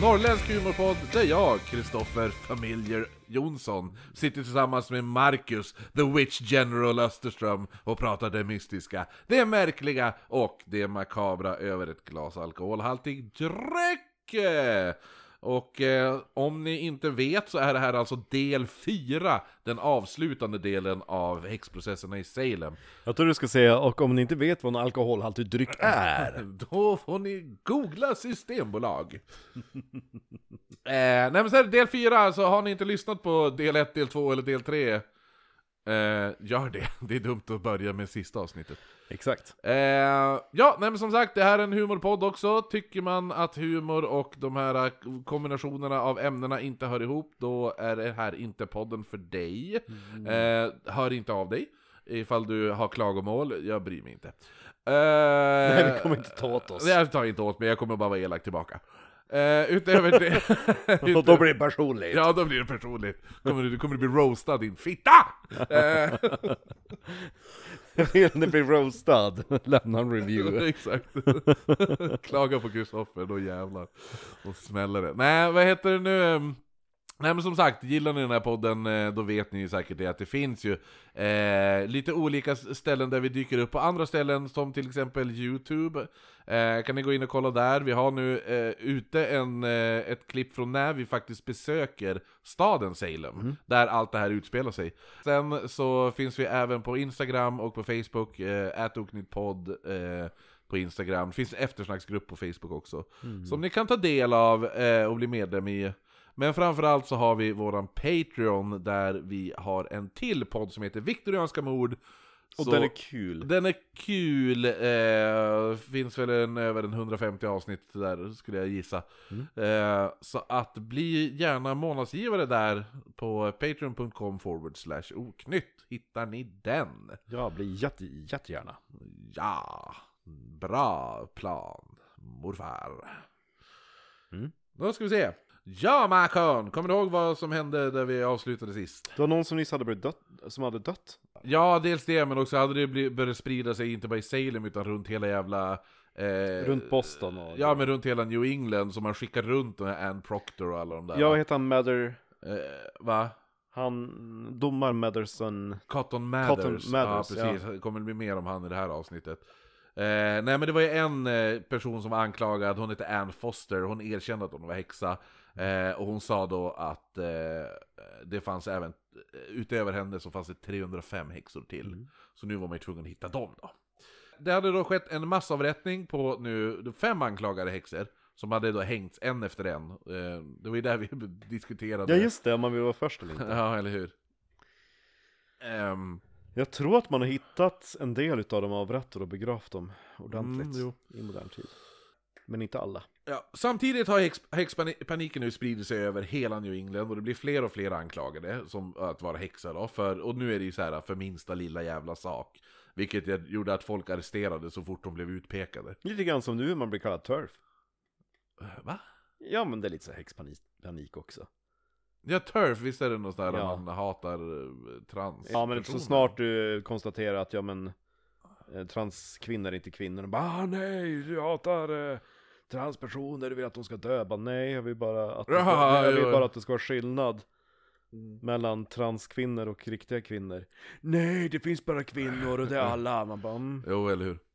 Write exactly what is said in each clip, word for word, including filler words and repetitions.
norrländsk humorpodd där jag, Kristoffer Familjer Jonsson, sitter tillsammans med Marcus, The Witch General Österström och pratar det mystiska, det märkliga och det makabra över ett glas alkoholhaltig dryck. Och eh, om ni inte vet så är det här alltså del fyra, den avslutande delen av häxprocesserna i Salem. Jag tror du ska säga, och om ni inte vet vad en alkoholhaltig dryck är, då får ni googla Systembolag. eh, nej men så är det del fyra, så har ni inte lyssnat på del ett, del två eller del tre, eh, gör det. Det är dumt att börja med sista avsnittet. exakt. Eh, ja, nej men som sagt, det här är en humorpodd också. Tycker man att humor och de här kombinationerna av ämnena inte hör ihop, då är det här inte podden för dig. Mm. Eh, hör inte av dig ifall du har klagomål. Jag bryr mig inte. Eh, nej, vi kommer inte ta åt oss. Jag tar inte åt mig, jag kommer bara vara elak tillbaka. Uh, utöver det utöver, och då blir det personligt. Ja, då blir det personligt. Kommer du, kommer du bli roastad, din fitta! Uh. Det blir roastad. Lämna en review. Exakt. Klaga på Kristoffer, då jävlar. Och smäller det. Nej, vad heter det nu? Nej, men som sagt, gillar ni den här podden, då vet ni ju säkert det att det finns ju eh, lite olika ställen där vi dyker upp på andra ställen, som till exempel YouTube. Eh, kan ni gå in och kolla där. Vi har nu eh, ute en, eh, ett klipp från när vi faktiskt besöker staden Salem, mm. där allt det här utspelar sig. Sen så finns vi även på Instagram och på Facebook, eh, ätoknyttpodd eh, på Instagram. Det finns en eftersnacksgrupp på Facebook också, mm. som ni kan ta del av eh, och bli medlem i. Men framförallt så har vi våran Patreon, där vi har en till podd som heter Viktorianska mord. Och så den är kul. Den är kul. Eh, finns väl en, över en hundrafemtio avsnitt där, skulle jag gissa. Mm. Eh, så att bli gärna månadsgivare där på patreon.com forward slash oknytt. Hittar ni den? Ja, bli jätte, jättegärna. Ja, bra plan, morfar. Mm. Då ska vi se. Ja, Marcon! Kommer du ihåg vad som hände där vi avslutade sist? Det var någon som nyss hade blivit dött, som hade dött. Ja, dels det, men också hade det blivit, börjat sprida sig inte bara i Salem utan runt hela jävla... Eh, runt Boston och... Ja, men runt hela New England, som man skickar runt med Ann Proctor och alla de där. Ja, heter han Mather... Eh, va? Han domar Matherson... Cotton Mathers. Cotton Mathers, ja, precis. Ja. Det kommer bli mer om han i det här avsnittet. Eh, nej, men det var ju en eh, person som var anklagad. Hon heter Ann Foster. Hon erkände att hon var häxa. Eh, och hon sa då att eh, det fanns även, utöver henne så fanns det trehundrafem häxor till. Mm. Så nu var man ju tvungen att hitta dem då. Det hade då skett en massavrättning på nu fem anklagade häxor, som hade då hängts en efter en. Eh, det var ju där vi diskuterade. Ja, just det, om man vill vara först eller inte. Ja, eller hur? Um, Jag tror att man har hittat en del av dem avrättade och begravt dem ordentligt mm, i modern tid. Men inte alla. Ja, samtidigt har häx, häxpaniken nu spridit sig över hela New England, och det blir fler och fler anklagade som att vara häxor då, för, och nu är det ju så här för minsta lilla jävla sak, vilket gjorde att folk arresterade så fort de blev utpekade. Lite grann som nu man blir kallad turf. Va? Ja, men det är lite så häxpanik också. Ja, turf, visst är det något där ja. man hatar trans. Ja, men så snart du konstaterar att ja, men transkvinnor är inte kvinnor, och bara ah, nej, du hatar eh, transpersoner, du vill att de ska dö. Bara, nej, jag vill bara att det ska, Jaha, jag vill jo. bara att det ska vara skillnad mm. mellan transkvinnor och riktiga kvinnor. Nej, det finns bara kvinnor och det är alla. Man bara, mm. Jo, eller hur?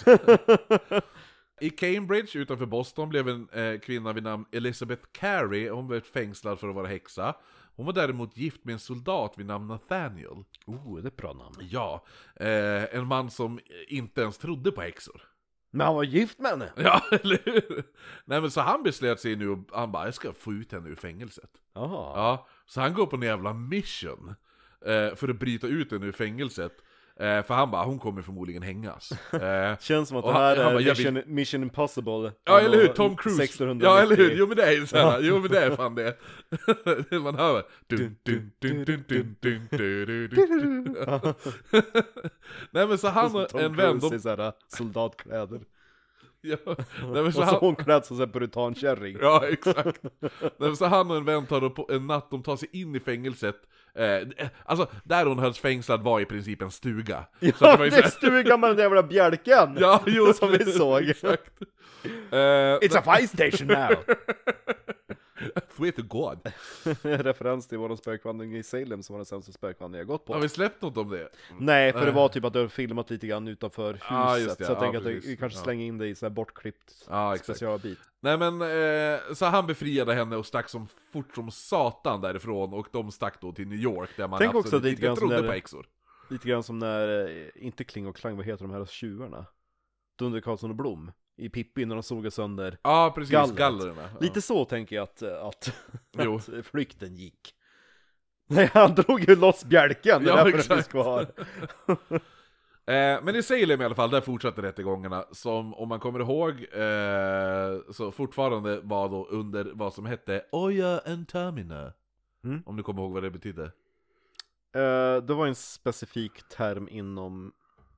I Cambridge utanför Boston blev en eh, kvinna vid namn Elizabeth Carey. Hon blev fängslad för att vara häxa. Hon var däremot gift med en soldat vid namn Nathaniel. Oh, det är ett bra namn. Ja, eh, en man som inte ens trodde på häxor. Men han var gift med henne. Ja, eller hur? Nej, men så han beslöt sig nu, han bara, jag ska få ut henne ur fängelset. Aha. Ja, så han går på en jävla mission eh, för att bryta ut henne ur fängelset. Eh, för han bara, hon kommer förmodligen hängas. Eh, Känns som att det här han, han är bara, mission, vill... mission Impossible. Ja, eller hur? Tom Cruise. sextonhundranittio. Ja, eller hur? Jo, men det är ju så här. Jo, men det är fan det. Man hör dun, dun, dun, dun, dun, dun, dun, dun. Nej, men så han och en vän, de... i sådana soldatkläder. Ja, nej, men så och så han... hon klädd som en puritan-kärring. Ja, exakt. Nej, men så han och en vän tar då på en natt, de tar sig in i fängelset. Eh, alltså, där hon hölls fängslad var i princip en stuga. Ja, så det, var det är stugan med den jävla bjälken. Ja, jo, som vi såg. Exakt. Uh, It's a fire station now. Swear to God. Referens till våran spökvandring i Salem som var den sämsta spökvandring jag gått på. Har vi släppt något om det? Nej, för det var typ att du har filmat lite grann utanför huset. Ah, just det. Så jag Ja, tänker att precis. vi kanske Ja. slänger in det i så här bortklippt Ja, exakt. specialbit. Nej men, eh, så han befriade henne och stack som fort som satan därifrån. Och de stack då till New York där man Tänk också absolut lite inte grann som trodde där- på häxor. Lite grann som när, eh, inte Kling och Klang, vad heter de här tjuvarna? Dunder, Karlsson och Blom i Pippi när de sågar sönder. Ja, precis. Gallret. Gallerna. Ja. Lite så tänker jag att, att, Jo. att flykten gick. Nej, han drog ju loss bjälken, det Ja, är därför den exakt. finns kvar. Eh, men i Salem i alla fall, där fortsatte rättegångarna som, om man kommer ihåg, eh, så fortfarande var då under vad som hette Oya and Termina. Mm. Om du kommer ihåg vad det betydde. Eh, det var en specifik term inom,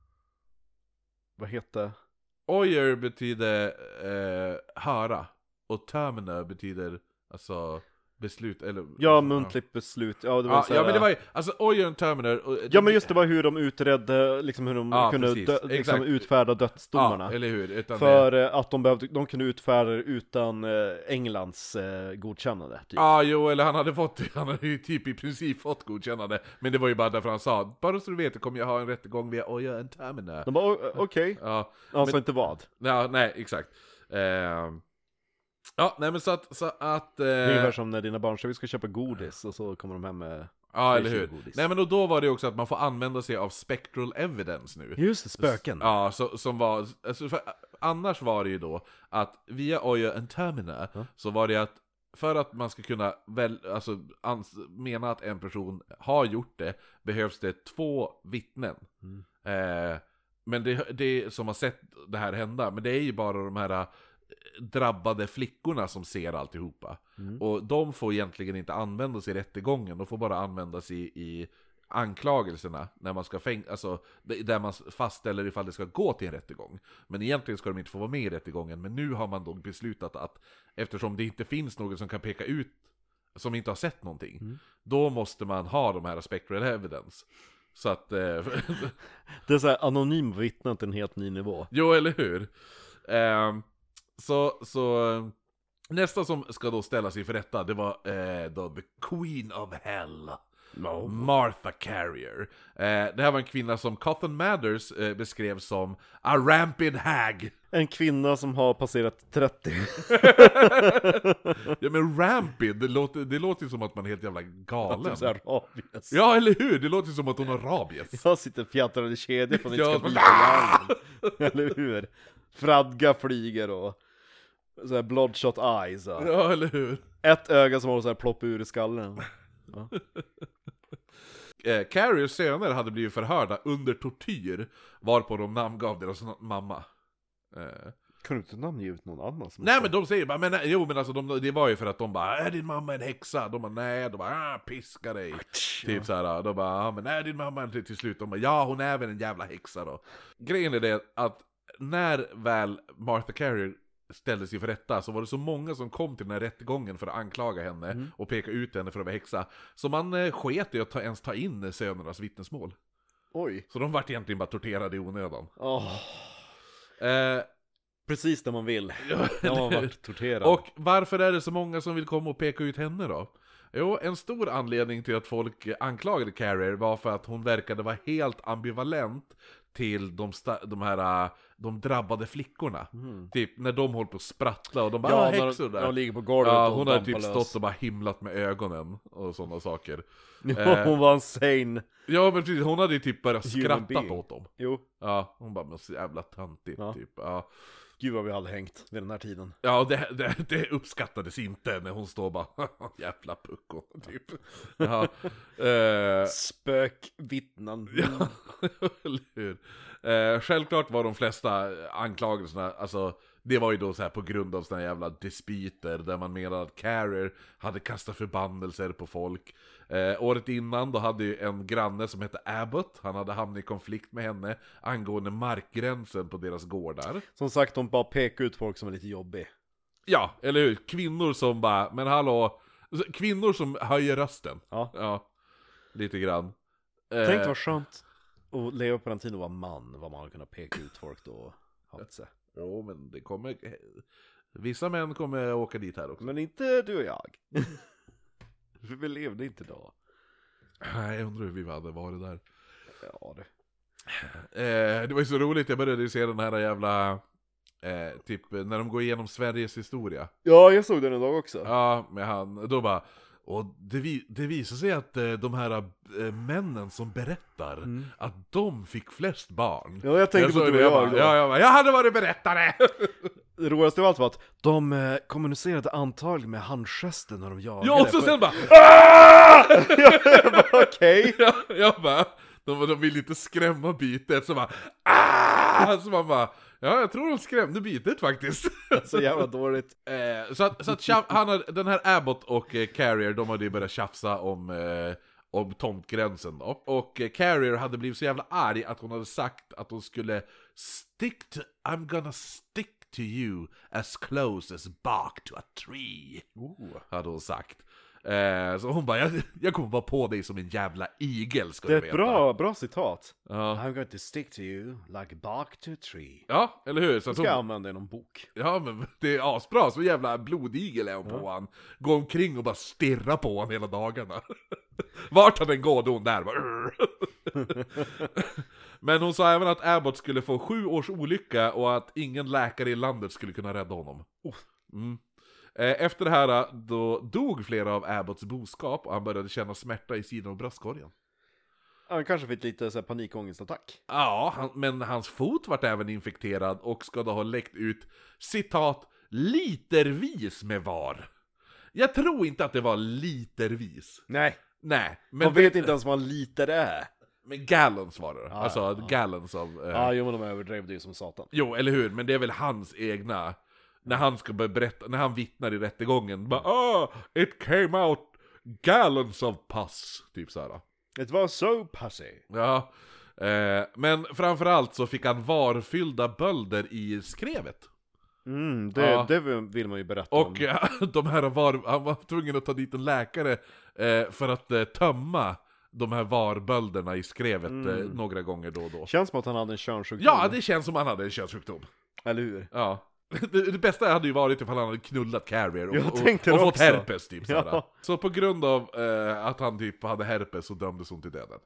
vad heter? Oyer betyder eh, höra, och Termina betyder alltså beslut, eller... Ja, muntligt beslut. Ja, det var Ja, så här, ja men det var ju, alltså Oyer and Termina... och- Ja, men just det var hur de utredde, liksom hur de Ja, kunde precis. dö, liksom Exakt. utfärda dödsdomarna. Ja, eller hur? Utan För det... eh, att de behövde, de kunde utfärda det utan eh, Englands eh, godkännande, typ. Ja, jo, eller han hade fått, han hade ju typ i princip fått godkännande. Men det var ju bara därför han sa, bara så du vet, det kommer jag ha en rättegång via Oyer and Termina. De bara, "O- okej. Ja, Han sa men- inte vad. ja, nej, exakt. Eh, ja, nej men så att... Så att Det är ungefär eh, som när dina barn säger vi ska köpa godis och så kommer de hem med... ja, tre eller hur? kilo godis. Nej men och då var det också att man får använda sig av spectral evidence nu. Just det, spöken. Ja, så, som var, alltså för, annars var det ju då att via Oyer and Termina Ja. så var det att för att man ska kunna väl, alltså, ans, mena att en person har gjort det behövs det två vittnen. Mm. Eh, men det, det som har sett det här hända, men det är ju bara de här eh, drabbade flickorna som ser alltihopa. Mm. Och de får egentligen inte användas i rättegången, de får bara användas i, i anklagelserna när man ska fäng- alltså där man fastställer ifall det ska gå till en rättegång. Men egentligen ska de inte få vara med i rättegången, men nu har man då beslutat att eftersom det inte finns någon som kan peka ut som inte har sett någonting, Mm. då måste man ha de här spectral evidence. Så att eh, Det är så här anonym vittnen till en helt ny nivå. jo, eller hur? Ehm, så, så eh, nästa som ska då ställas inför rätta, det var eh, då the Queen of Hell, Martha Carrier. Eh, det här var en kvinna som Cotton Mathers eh, beskrev som a rampant hag. En kvinna som har passerat trettio. Ja men rampant, det låter, det låter ju som att man är helt jävla galen. Så här rabies. Ja, eller hur? Det låter som att hon har rabies. Jag sitter fjättrad i kedjor för att Ja, inte ska men- bita hjärnan. Eller hur? Fradga flyger och så här bloodshot eyes. Så. Ja, eller hur? Ett öga som har så här plopp ur i skallen. Ja. Eh, Carriers söner hade blivit förhörda under tortyr, varpå de namngav deras na- mamma. Eh, Kunde du inte namnge ut någon annan? Som nej men de säger bara, men nej, jo men alltså de, det var ju för att de bara, är din mamma en häxa? De bara, nej, de bara, ah, piska dig. Typ såhär, de bara, ah, men är din mamma en till, till slut? De bara, ja hon är väl en jävla häxa då. Grejen är det att när väl Martha Carrier ställdes inför rätta så var det så många som kom till den här rättegången för att anklaga henne Mm. och peka ut henne för att vara häxa. Så man eh, sket i att ta, ens ta in sönernas vittnesmål. Oj. Så de vart egentligen bara torterade i onödan. Oh. Eh, Precis det man vill. ja, Jag har eller hur? varit torterad. Och varför är det så många som vill komma och peka ut henne då? Jo, en stor anledning till att folk anklagade Carrier var för att hon verkade vara helt ambivalent till de, sta- de här äh, de drabbade flickorna. Mm. Typ när de håller på att sprattla och de bara, Ja, ah, när häxor de, när där. de ligger på golvet Ja, och hon hade dampar typ lös. stått och bara himlat med ögonen och sådana saker. Ja, hon var en sane. Ja, men precis, hon hade ju typ börjat Human skratta being. åt dem. Jo, Ja, hon bara, men så jävla töntigt Ja. typ. Ja. gud vad vi hade hängt vid den här tiden. Ja, det, det, det uppskattades inte när hon står bara jävla pucko, typ. Ja, eh, Spökvittnen. ja, eller hur? Eh, självklart var de flesta anklagelserna, alltså det var ju då så här på grund av såna jävla dispyter där man menade att Carrier hade kastat förbannelser på folk. Eh, året innan då hade ju en granne som hette Abbott, han hade hamnat i konflikt med henne angående markgränsen på deras gårdar. Som sagt, de bara pekar ut folk som är lite jobbig. Ja, eller hur? Kvinnor som bara, men hallå, kvinnor som höjer rösten. Ja. Ja, lite grann. Tänk Eh, vad skönt att leva på den tiden och vara man, vad man har kunnat peka ut folk då och haft sig. Jo, men det kommer Vissa män kommer åka dit här också. Men inte du och jag. För vi levde inte då. Nej, jag undrar hur vi hade varit där. Ja, det. Eh, det var ju så roligt, jag började se den här jävla eh, typ när de går igenom Sveriges historia. Ja, jag såg den en dag också. Ja, med han, då bara. Och det, vi, det visar sig att eh, de här eh, männen som berättar mm. att de fick flest barn. Ja, jag tänkte jag på det, jag, jag, ja, jag, bara, jag hade varit berättare! Det roligaste av allt var att de eh, kommunicerade antagligen med handgesten när de jagade. Ja, och så på... sen bara jag bara okej. Ja, jag bara, de, de vill inte skrämma bytet, så bara Aah! Så man bara, ja, jag tror de skrämde bytet faktiskt. Så jävla dåligt. eh, Så att, så att tjaf, han hade, den här Abbott och eh, Carrier, de hade ju börjat tjafsa om eh, om tomtgränsen då. Och eh, Carrier hade blivit så jävla arg att hon hade sagt att hon skulle stick to, I'm gonna stick to you as close as bark to a tree. Oh. Hade hon sagt. Eh, så hon bara, jag, jag kommer vara på dig som en jävla igel, ska det är du ett veta. bra, bra citat. Ja. I'm going to stick to you like bark to a tree. Ja, eller hur? Så Jag att ska hon, använda i någon bok. ja, men det är asbra, så jävla blodigel är hon på han. Går omkring och bara stirrar på han hela dagarna. Vart han än går, då hon där bara, men hon sa även att Abbott skulle få sju års olycka och att ingen läkare i landet skulle kunna rädda honom. Mm. Efter det här då dog flera av Abbotts boskap och han började känna smärta i sidan av bröstkorgen. Han kanske fick lite så här panikångestattack. Ja, han, men hans fot vart även infekterad och ska då ha läckt ut, citat, litervis med var. Jag tror inte att det var litervis. Nej. Nej. Men Man vet inte ens vad en liter är. Men gallons var det. Ja, alltså ja. gallons av... Eh... Ja, jo, men de överdrev det ju som satan. Jo, eller hur? Men det är väl hans egna... När han ska börja berätta, när han vittnar i rättegången, bara, ah, it came out gallons of pus, typ såhär. Det var så pussy. Ja, eh, men framförallt så fick han varfyllda bölder i skrevet. Mm, det, Ja. det vill man ju berätta Och om. ja, de här var, han var tvungen att ta dit en läkare eh, för att eh, tömma de här varbölderna i skrevet Mm. eh, några gånger då och då. Känns som att han hade en könssjukdom. Ja, det känns som han hade en könssjukdom. Eller hur? Ja. Det, det bästa hade ju varit ifall han hade knullat Carrier och, Jag och, tänkte och det fått också. herpes typ sådär. Ja. Så på grund av eh, att han typ hade herpes så dömdes hon till döden.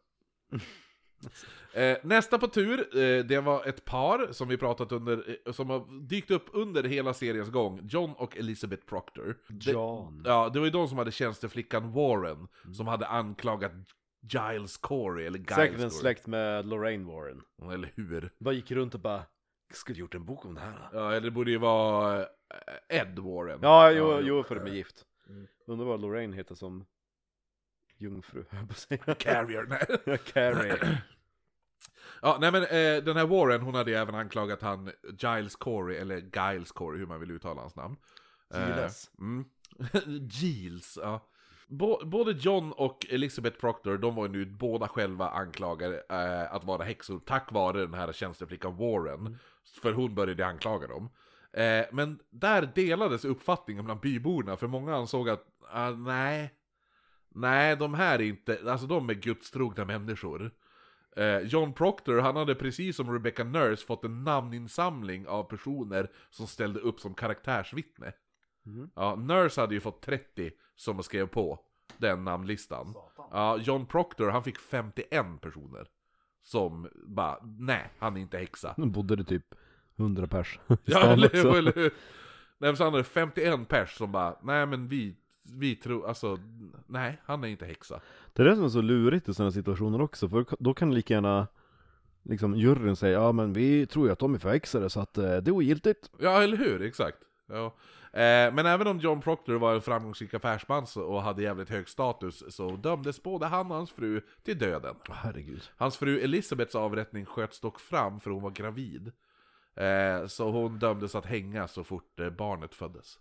eh, Nästa på tur, eh, det var ett par som vi pratat under, eh, som har dykt upp under hela seriens gång, John och Elizabeth Proctor. John. Det, ja, det var ju de som hade tjänsteflickan Warren, mm. som hade anklagat Giles Corey, eller Giles Säkert en Corey. släkt med Lorraine Warren. Eller hur? Bara gick runt och bara, skulle gjort en bok om det här. Ja, eller det borde ju vara eh, Ed Warren. Ja, jo, ja, jo för de är gift. Mm. Undrar vad Lorraine heter som jungfru, höll jag på att säga. Carrier, nej. Carrie. Ja, nej men eh, den här Warren, hon hade ju även anklagat han Giles Corey, eller Giles Corey, hur man vill uttala hans namn. Giles. Eh, mm. Giles, ja. Bo- både John och Elizabeth Proctor, de var ju nu båda själva anklagade eh, att vara häxor tack vare den här tjänsteflickan Warren. Mm. För hon började anklaga dem. Eh, men där delades uppfattningen bland byborna, för många ansåg att ah, nej, nej, de här är inte, alltså de är gudstrogna människor. Eh, John Proctor, han hade precis som Rebecca Nurse fått en namninsamling av personer som ställde upp som karaktärsvittne. Mm. Ja, Nurse hade ju fått trettio som skrev på den namnlistan. Ja, John Proctor, han fick femtioen personer som bara, nej, han är inte häxa. Nu bodde det typ hundra pers. Ja, eller, eller hur? Nej, så han hade femtioen pers som bara, nej men vi, vi tror, alltså, nej, han är inte häxa. Det är det som är så lurigt i sådana situationer också, för då kan lika gärna liksom juryn säga, ja men vi tror ju att de är förhäxade så att eh, det är ogiltigt. Ja, eller hur? Exakt. Ja. Eh, men även om John Proctor var en framgångsrik affärsman och hade jävligt hög status, så dömdes både han och hans fru till döden. Herregud. Hans fru Elizabeths avrättning sköts dock fram för hon var gravid. Eh, så hon dömdes att hänga så fort eh, barnet föddes.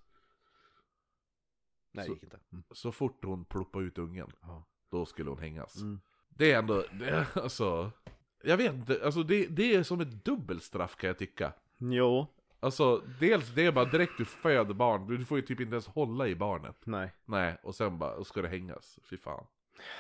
Nej, så, det gick inte. Mm. Så fort hon ploppade ut ungen, ja. då skulle hon hängas. Mm. Det är ändå, det, alltså, jag vet inte, alltså det, det är som ett dubbelstraff kan jag tycka. Jo. Alltså, dels det är bara direkt du föder barn, du får ju typ inte ens hålla i barnet. Nej. Nej, och sen bara, och ska det hängas, fy fan.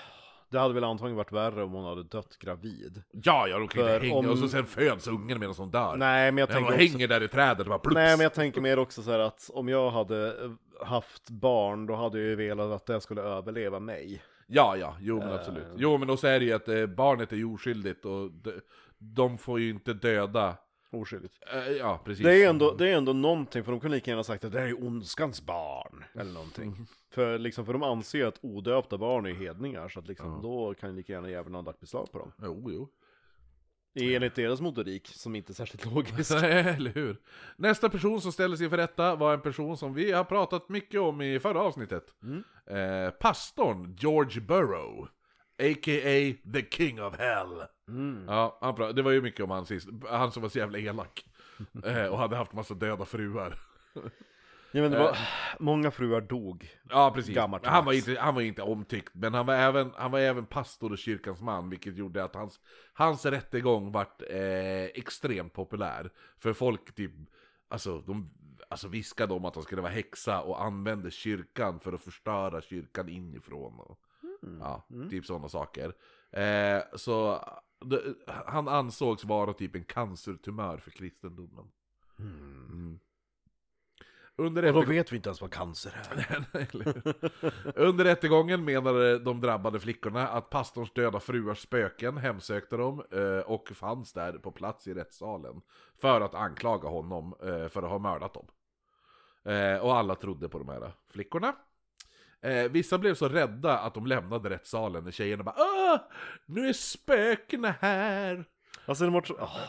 Det hade väl antagligen varit värre om hon hade dött gravid. Ja, ja, de kan inte För hänga, om- och så sen föds ungen medan hon dör. Nej, men jag Den tänker bara också... hänger där i trädet och bara plups. Nej, men jag tänker mer också så här att om jag hade haft barn, då hade jag ju velat att det skulle överleva mig. Ja, ja, jo men Eh. absolut. Jo men också är det ju att eh, barnet är ju oskyldigt och de, de får ju inte döda. Oskyldigt. Eh, ja, precis. Det är, ändå, det är ändå någonting, för de kunde lika gärna sagt att det här är ondskans barn, eller någonting. För, liksom, för de anser att odöpta barn är hedningar, så att liksom, Ja. då kan lika gärna djävulen ha lagt beslag på dem. Jo, jo. Enligt deras motorik, som inte är särskilt logisk. Eller hur? Nästa person som ställdes inför rätta var en person som vi har pratat mycket om i förra avsnittet. Mm. Eh, pastorn George Burrow, a k a the king of hell. Mm. Ja, han pra- det var ju mycket om han sist. Han som var så jävla elak. eh, och hade haft massa döda fruar. Ja, men det var, många fruar dog. Ja, precis. Gammalt Han var, max. inte, han var inte omtyckt, men han var även, han var även pastor och kyrkans man, vilket gjorde att hans, hans rättegång vart eh, extremt populär. För folk typ, alltså, de alltså, viskade om att han skulle vara häxa och använde kyrkan för att förstöra kyrkan inifrån. Och, Mm. ja, typ sådana saker. Eh, så det, han ansågs vara typ en cancertumör för kristendomen. Mm. Under Och då rättegång- vet vi inte ens vad cancer är. Eller hur? Under rättegången menade de drabbade flickorna att pastorns döda fruars spöken hemsökte dem eh, och fanns där på plats i rättssalen för att anklaga honom eh, för att ha mördat dem. Eh, och alla trodde på de här flickorna. Eh, vissa blev så rädda att de lämnade rättssalen när tjejerna bara Åh, nu är spökena här! Alltså, det var så... åh.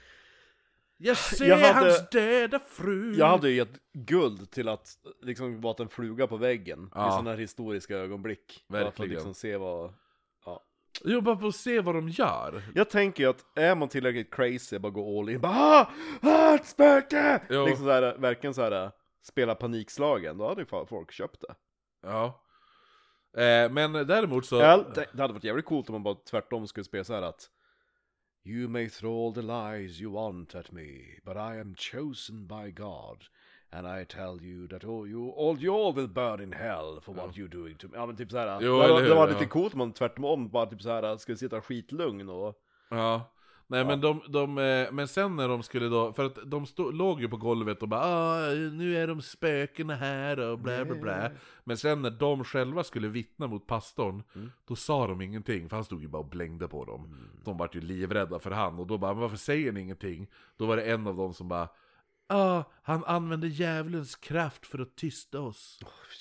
Jag ser Jag hade- hans döda fru! Jag hade ju gett guld till att liksom vara en fluga på väggen Ja. i sådana här historiska ögonblick. Bara för att Verkligen. liksom se vad... Ja. Jo, bara på att se vad de gör. Jag tänker ju att är man tillräckligt crazy, bara gå all in, bara ah, ah, ett spöke! Jo. Liksom så här, verkligen så här, spela panikslagen, då hade ju fan folk köpt det. Ja. Eh, men däremot så... Ja, det, det hade varit jävligt coolt om man bara tvärtom skulle spela så här att You may throw all the lies you want at me, but I am chosen by God. And I tell you that all you, all you all will burn in hell for what you're doing to me. Ja men typ såhär, Jo, det, eller var- hur, det var ja. lite coolt om man tvärtom bara typ såhär skulle sitta skitlugn och... Ja. Nej men de, de, eh, men sen när de skulle då, för att de stod, låg ju på golvet och bara ah, nu är de spökena här och bla bla bla. Men sen när de själva skulle vittna mot pastorn, Mm. då sa de ingenting, för han stod ju bara och blängde på dem. De var ju livrädda för han, och då bara, men varför säger ni ingenting? Då var det en av dem som bara ah, han använde djävulens kraft för att tysta oss.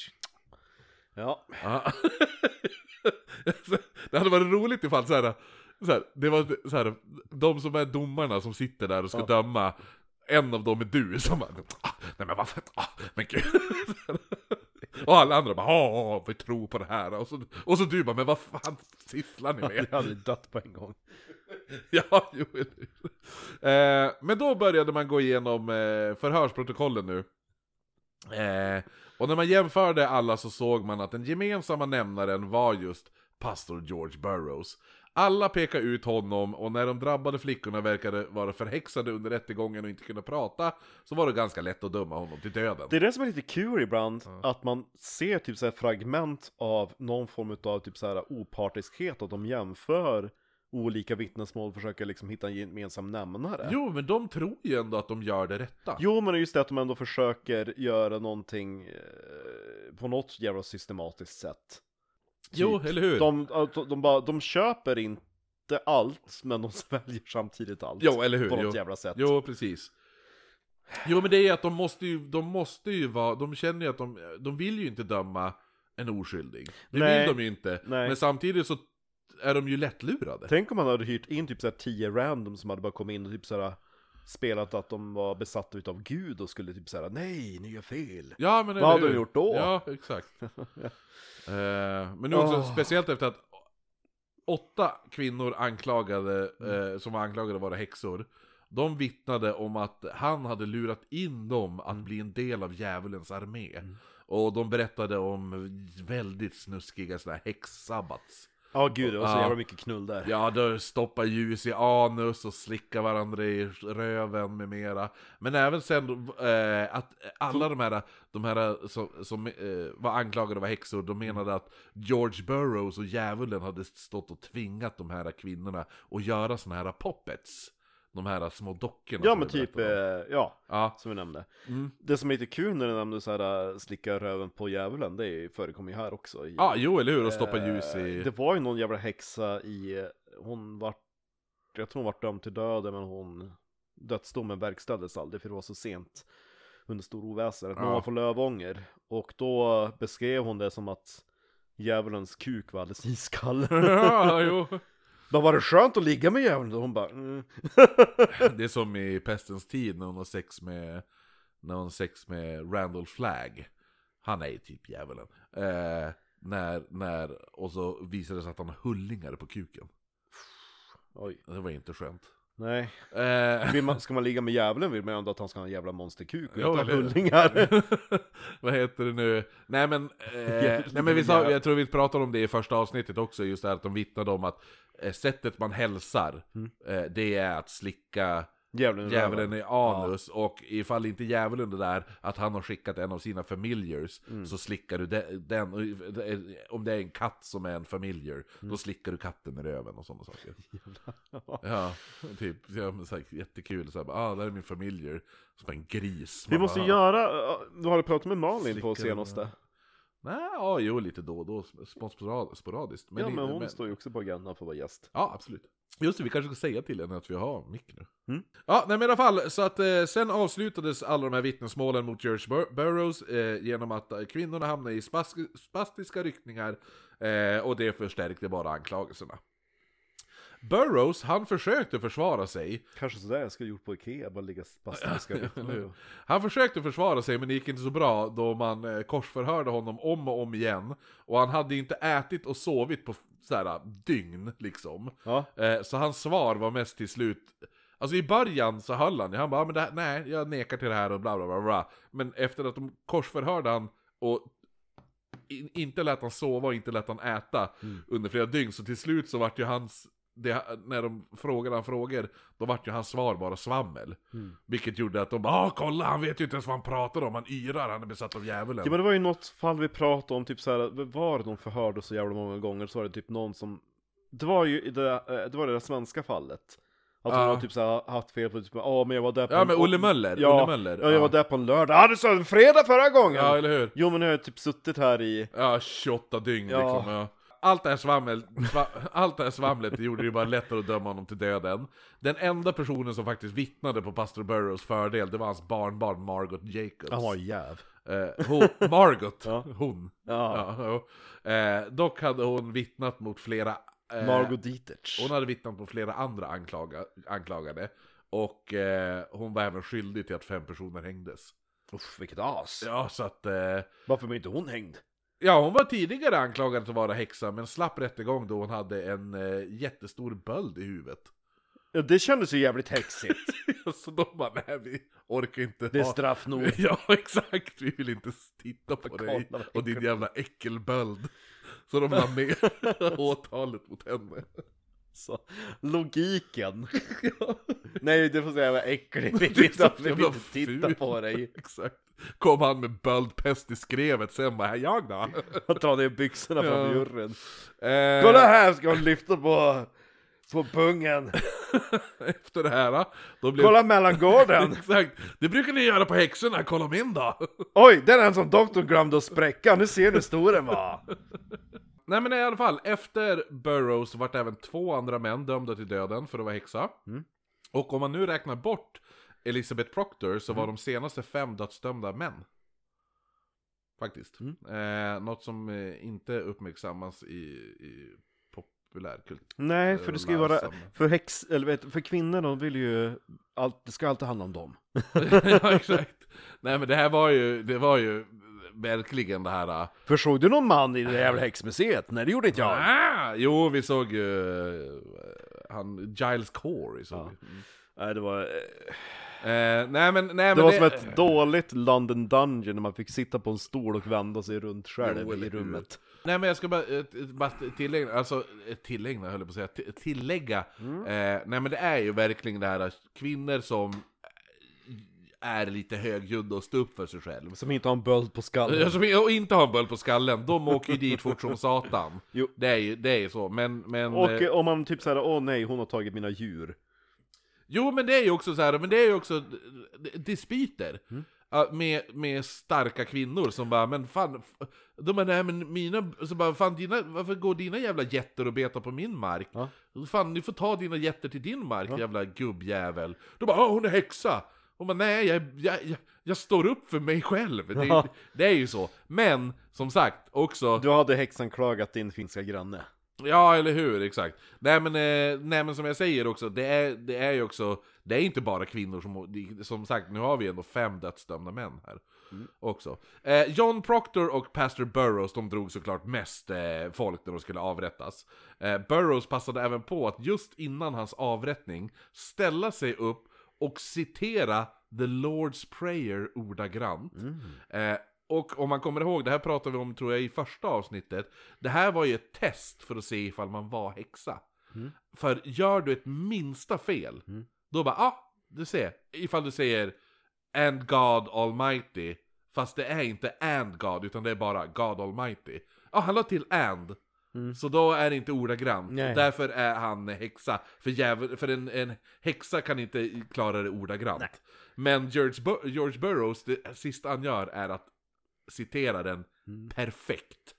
Ja, Ja. Det hade varit roligt ifall så här, så här, det var så här, de som är domarna som sitter där och ska Ja. döma, en av dem är du som bara, ah, nej men varför, ah, men gud. Och alla andra bara, ah, vi tror på det här. Och så, och så du bara, men vad fan sysslar ni med? jag hade dött på en gång. Ja, jo. eh, men då började man gå igenom eh, förhörsprotokollen nu. Eh, och när man jämförde alla så såg man att den gemensamma nämnaren var just pastor George Burrows. Alla pekade ut honom, och när de drabbade flickorna verkade vara förhäxade under rättegången och inte kunna prata, så var det ganska lätt att döma honom till döden. Det är det som är lite kul ibland, att man ser typ så här fragment av någon form av typ så här opartiskhet, att de jämför olika vittnesmål och försöker liksom hitta en gemensam nämnare. Jo, men de tror ju ändå att de gör det rätta. Jo, men just det att de ändå försöker göra någonting eh, på något jävla systematiskt sätt. Jo, Typ. eller hur? De, de, de, bara, de köper inte allt, men de sväljer samtidigt allt. Jo, eller hur? På något Jo. jävla sätt. Jo, precis. Jo, men det är att de måste ju, de måste ju vara, de känner ju att de, de vill ju inte döma en oskyldig. Det Nej. vill de ju inte. Nej. Men samtidigt så är de ju lättlurade. Tänk om man hade hyrt in typ så här tio random som hade bara kommit in och typ så här spelat att de var besatta utav Gud och skulle typ säga nej, ni gör fel. Ja, men Vad hade eller de hur? gjort då? Ja, exakt. eh, men nu också, Åh. speciellt efter att åtta kvinnor anklagade, eh, som var anklagade att vara häxor, de vittnade om att han hade lurat in dem att bli en del av djävulens armé. Och de berättade om väldigt snuskiga sådana här häxsabbats. Ja oh, gud, det var så ja. jävla mycket knull där. Ja, då stoppar ljus i anus och slickar varandra i röven med mera. Men även sen eh, att alla de här, de här som, som eh, var anklagade var häxor, de menade att George Burroughs och djävulen hade stått och tvingat de här kvinnorna att göra såna här puppets. De här små dockorna. Ja men typ, eh, ja, ja, som vi nämnde. Mm. Det som är lite kul när du nämnde så här slicka röven på djävulen, det förekommer ju här också. I, ja, jo eller hur, och stoppa ljus i... Eh, det var ju någon jävla häxa i, hon var, jag tror hon var dömd till döden, men hon, dödsdomen verkställdes aldrig för det var så sent under stor oväsen. Ja. Någon får lövånger. Och då beskrev hon det som att djävulens kuk var alldeles iskall. Ja, jo. Då var det skönt att ligga med djävulen, och hon bara mm. Det är som i Pestens tid när hon har sex med när hon har sex med Randall Flagg. Han är ju typ djävulen. Eh, när, när, och så visade det sig att han har hullingar på kuken. Oj. Det var inte skönt. Nej. Eh. Vill man, ska man ligga med djävulen vill man ändå att han ska ha en jävla monsterkuk och jo, inte ha hullingar. Vad heter det nu? Nej men, eh, nej, men vi sa, jag tror vi pratade om det i första avsnittet också, just det här att de vittnade om att eh, sättet man hälsar, mm. eh, det är att slicka djävulen, djävulen i anus, ja. Och ifall inte djävulen det där att han har skickat en av sina familiars, mm. så slickar du den, den, om det är en katt som är en familiar, mm. då slickar du katten i röven och sådana saker. Ja, typ ja, så här, jättekul så här, ah, där är min familiar som en gris. Vi måste bara, göra, du har pratat med Malin på senaste. Nej, ja, jo, lite då och då, sporadiskt. Men ja, men hon men... står ju också på agendan för att vara gäst. Ja, absolut. Just det, vi kanske ska säga till henne att vi har mick nu. Mm. Ja, nej men i alla fall, så att eh, sen avslutades alla de här vittnesmålen mot George Bur- Burroughs eh, genom att eh, kvinnorna hamnade i spas- spastiska ryckningar, eh, och det förstärkte bara anklagelserna. Burroughs, han försökte försvara sig. Kanske sådär jag ska gjort på Ikea, bara ligga spastiska ryckningar. Han försökte försvara sig, men det gick inte så bra då man eh, korsförhörde honom om och om igen. Och han hade inte ätit och sovit på såhär dygn liksom. Ja. Eh, så hans svar var mest till slut, alltså i början så höll han, han bara, men det här, nej, jag nekar till det här och bla bla bla bla. Men efter att de korsförhörde han och in, inte lät han sova och inte lät han äta mm. under flera dygn, så till slut så vart ju hans det, när de frågade han frågor, då vart ju hans svar bara svammel. Mm. Vilket gjorde att de bara, ah, kolla, han vet ju inte ens vad han pratar om, han yrar, han är besatt av djävulen. Ja, men det var ju något fall vi pratade om, typ såhär, var de förhörde så jävla många gånger, så var det typ någon som, det var ju det, det var det där svenska fallet. Att hon ja. har typ såhär haft fel på typ, ja men jag var där på Ja en... men Olle Möller, ja, Olle Möller. Ja, jag var där på en lördag, ja du sa en fredag förra gången! Ja, eller hur? Jo men nu har jag typ suttit här i... Ja, tjugoåtta dygn ja. liksom, ja. Allt det här svammel, sva, allt det här svamlet gjorde det ju bara lättare att döma honom till döden. Den enda personen som faktiskt vittnade på pastor Burroughs fördel, det var hans barnbarn Margot Jacobs. Han var jäv. Eh, hon, Margot, ja. hon. Ja. Ja, eh, dock hade hon vittnat mot flera... Eh, Margot Dieterich. Hon hade vittnat mot flera andra anklaga, anklagade. Och eh, hon var även skyldig till att fem personer hängdes. Uff, vilket as. Ja, så att... Eh, Varför var inte hon hängd? Ja, hon var tidigare anklagad att vara häxa, men slapp rättegång då hon hade en eh, jättestor böld i huvudet. Ja, det kändes ju jävligt häxigt. Så de bara, nej vi orkar inte. Det är ha... straff nog. Ja, exakt, vi vill inte titta på dig och din jävla äckelböld. Så de la med åtalet mot henne. Så, logiken. Ja. Nej, det får säga vad äckligt. Vi vill inte, vi vill inte titta på dig. Exakt. Kom han med böldpest i skrevet, sen bara, jag då? Och tar ner byxorna från ja. juryn. Eh... Kolla här, ska hon lyfta på, på pungen. Efter det här då blev... Kolla mellangården. Exakt, det brukar ni göra på häxorna, kolla min då. Oj, den är en som doktorn glömde att spräcka. Nu ser du hur stor den var. Nej men i alla fall, efter Burroughs vart även två andra män dömda till döden för att vara häxa. Mm. Och om man nu räknar bort Elizabeth Proctor så var mm. de senaste fem dödsdömda män. Faktiskt. Mm. Eh, något som eh, inte uppmärksammas i, i populärkultur. Nej, för det ska ju vara, för häx, eller vet, för kvinnor, de vill ju, allt, det ska alltid handla om dem. Ja, exakt. Nej men det här var ju, det var ju verkligen det här. För såg du någon man i det jävla häxmuseet? Nej, det gjorde inte jag. Ah, jo, vi såg ju uh, han Giles Corey såg ja. vi. Mm. Nej, det var... Eh, nej, men, nej, det men var det... som ett dåligt London Dungeon när man fick sitta på en stol och vända sig runt själv jo, i rummet. Nej, men jag ska bara, eh, bara tillägga, alltså eh, tillägga, höll jag på att säga, t- tillägga. Mm. Eh, nej, men det är ju verkligen det här att kvinnor som är lite högljudda och står upp för sig själv. Som inte har en böld på skallen. Som och inte har en böld på skallen, de åker ju dit fort som satan. Jo. Det är ju det är ju så, men... men Och eh, eh, om man typ säger, åh nej, hon har tagit mina djur. Jo, men det är ju också så här, men det är ju också d- dispyter. Mm. Ja, med, med starka kvinnor som bara, men fan, f- de bara, nej men mina, så bara, fan dina, varför går dina jävla jätter och betar på min mark? Ja. Fan, ni får ta dina jätter till din mark, Ja. jävla gubbjävel. De bara, åh hon är häxa! Och man, nej, jag, jag, jag, jag står upp för mig själv. Det, Ja. det är ju så. Men, som sagt, också... Du hade häxanklagat din finska granne. Ja, eller hur, exakt. Nej men, eh, nej, men som jag säger också, det är, det är ju också, det är inte bara kvinnor som, som sagt, nu har vi ändå fem dödsdömda män här. Mm. Också. Eh, John Proctor och Pastor Burroughs, de drog såklart mest eh, folk när de skulle avrättas. Eh, Burroughs passade även på att just innan hans avrättning ställa sig upp och citera The Lord's Prayer ordagrant. Mm. Eh, och om man kommer ihåg, det här pratade vi om tror jag i första avsnittet. Det här var ju ett test för att se ifall man var häxa. Mm. För gör du ett minsta fel, Mm. då bara, ah, du ser. Ifall du säger And God Almighty, fast det är inte And God, utan det är bara God Almighty. Ja, ah, han la till And. Mm. Så då är det inte ordagrant. Nej. Därför är han häxa. För, jävel, för en, en häxa kan inte klara det ordagrant. Nej. Men George, Bur- George Burroughs, det sista han gör är att citera den Mm. perfekt.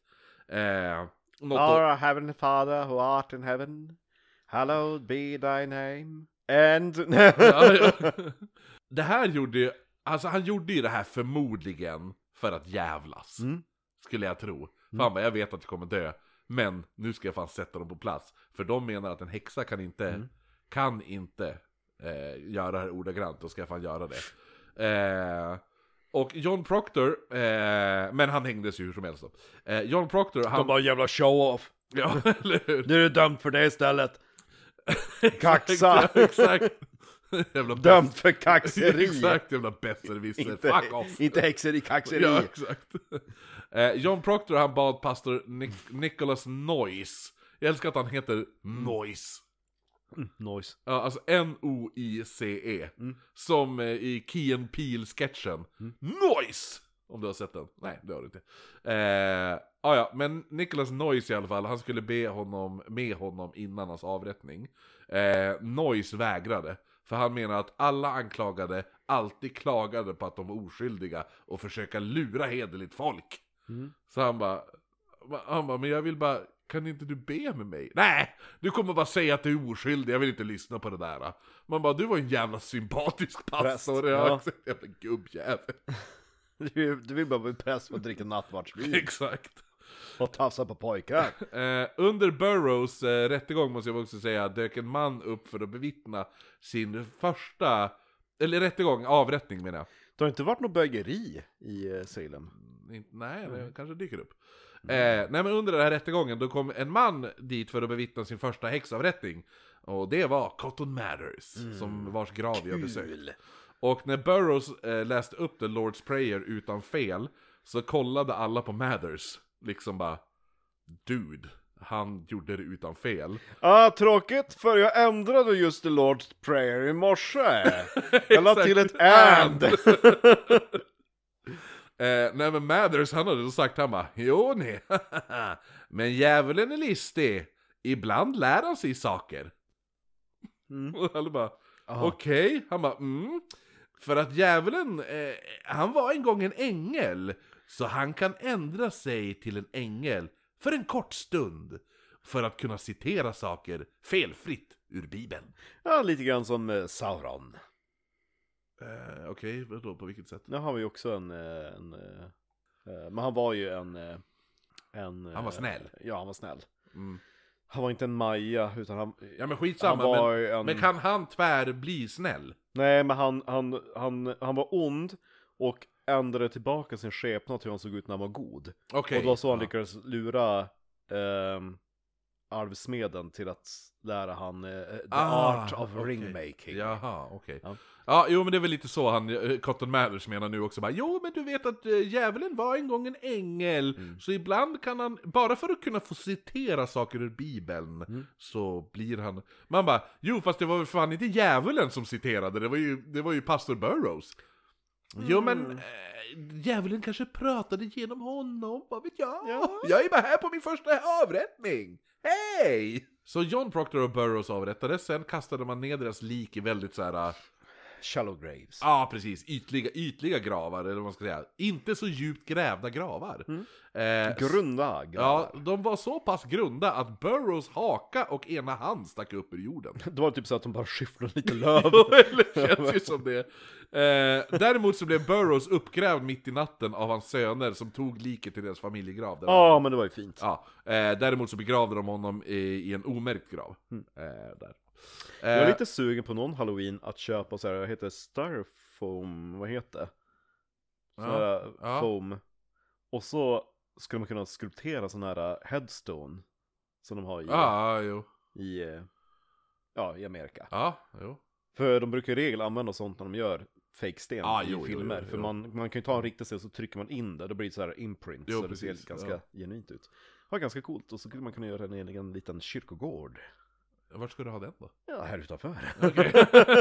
Eh, något Our heavenly Father who art in heaven, hallowed be thy name. And... Ja, ja. Det här gjorde ju, alltså han gjorde ju det här förmodligen för att jävlas. Mm. Skulle jag tro. Fan vad jag vet att jag kommer dö. Men nu ska jag fan sätta dem på plats. För de menar att en häxa kan inte, Mm. kan inte eh, göra det här ordagrant. Då ska jag fan göra det. Eh, och John Proctor, eh, men han hängdes ju hur som helst då. Eh, John Proctor, han... De bara jävla show-off. Ja, eller hur? Nu är du dömd för det istället. Kaxa. Exakt. Jävla Dömd för kaxeri. Exakt, jävla besserwisser. Inte, Fuck off. inte häxeri, kaxeri. Ja, exakt. Eh, John Proctor, han bad pastor Nic- Nicholas Noyce. Jag älskar att han heter Noyce. Mm, noise. Ja, alltså N O I C E. Mm. Som eh, i Key and Peele-sketchen. Mm. Noyce! Om du har sett den. Nej, det har du inte. Eh, ah, ja, men Nicholas Noyce i alla fall, han skulle be honom med honom innan hans avrättning. Eh, Noyce vägrade. För han menar att alla anklagade alltid klagade på att de var oskyldiga och försöka lura hederligt folk. Mm. Så han bara, han bara, men jag vill bara, kan inte du be med mig? Nej, du kommer bara säga att du är oskyldig, jag vill inte lyssna på det där. Man bara, du var en jävla sympatisk pastor, ja. ja. Jävla gubbjävel. Du, du vill bara bli präst för att dricka nattvardsvin Exakt. och tafsa på pojkar. Eh, under Burroughs eh, rättegång måste jag också säga, dök en man upp för att bevittna sin första, eller rättegång, avrättning menar jag. Det har inte varit något bögeri i eh, Salem. Inte- Nej, det Mm. kanske dyker upp. Eh, nej, men under den här rättegången då kom en man dit för att bevittna sin första häxavrättning. Och det var Cotton Mathers, som vars grav jag besökt. Kul. Och när Burroughs eh, läste upp The Lord's Prayer utan fel, så kollade alla på Mathers. Liksom bara, dude, han gjorde det utan fel. Ah, tråkigt, för jag ändrade just the Lord's Prayer i morse. Jag la till ett and. Eh, nej men Mathers, han hade då sagt, han bara, jo nej, men djävulen är listig. Ibland lär han sig saker. Mm. Och han bara, Aha. okej. Han bara, mm. För att djävulen, eh, han var en gång en ängel. Så han kan ändra sig till en ängel för en kort stund. För att kunna citera saker felfritt ur Bibeln. Ja, lite grann som eh, Sauron. Eh, okej, vadå, på vilket sätt? Nu har vi också en... eh, en eh, eh, men han var ju en... eh, en Han var eh, snäll. Ja, han var snäll. Mm. Han var inte en Maja, utan han... Ja men skitsamma, han var men, ju en... men kan han tvär bli snäll? Nej, men han, han, han, han var ond och ändrade tillbaka sin skepnad till hur han såg ut när han var god. Okej. Och det var så han Ja. lyckades lura ehm, arvsmeden till att lära han uh, the Ah, art of okej. ringmaking. Jaha, okej. Ja. Ja, jo men det är väl lite så han, eh, Cotton Mather menar nu också bara, jo men du vet att uh, djävulen var en gång en ängel, Mm. så ibland kan han, bara för att kunna få citera saker ur Bibeln, Mm. så blir han, man bara, jo fast det var väl fan inte djävulen som citerade, det var ju, det var ju pastor Burroughs. Mm. Jo men, äh, djävulen kanske pratade genom honom, vad vet jag? Ja. Jag är bara här på min första avrättning! Hej! Så John Proctor och Burroughs avrättades, sen kastade man ner deras lik i väldigt så här. Shallow graves. Ja, precis. Ytliga, ytliga gravar, eller vad man ska säga. Inte så djupt grävda gravar. Mm. Eh, Grunda gravar. ja, de var så pass grunda att Burroughs haka och ena hand stack upp ur jorden. Det var typ så att de bara skyfflade lite löv. Det känns ju som det. Eh, däremot så blev Burroughs uppgrävd mitt i natten av hans söner som tog liket till deras familjegrav. Där Ja, men det var ju fint. Ja, eh, däremot så begravde de honom i, i en omärkt grav. Mm. Eh, där. Jag är Eh, lite sugen på någon halloween att köpa så här, vad heter det? Styrofoam, vad heter det? Så Ja, här, ja. foam. Och så skulle man kunna skulptera sån här headstone som de har i, Ja, jo. i, eh, ja, i Amerika. Ja, jo. För de brukar i regel använda sånt när de gör fake-sten Ah, i jo, jo, filmer. jo, för jo. man, man kan ju ta en riktig sten så trycker man in det, då blir det så här imprint. Jo, så det ser precis, ganska ja. genuint ut. Det var ganska coolt, och så skulle man kunna göra en egen liten kyrkogård. Vart ska du ha den då? Ja, här utanför. Okej.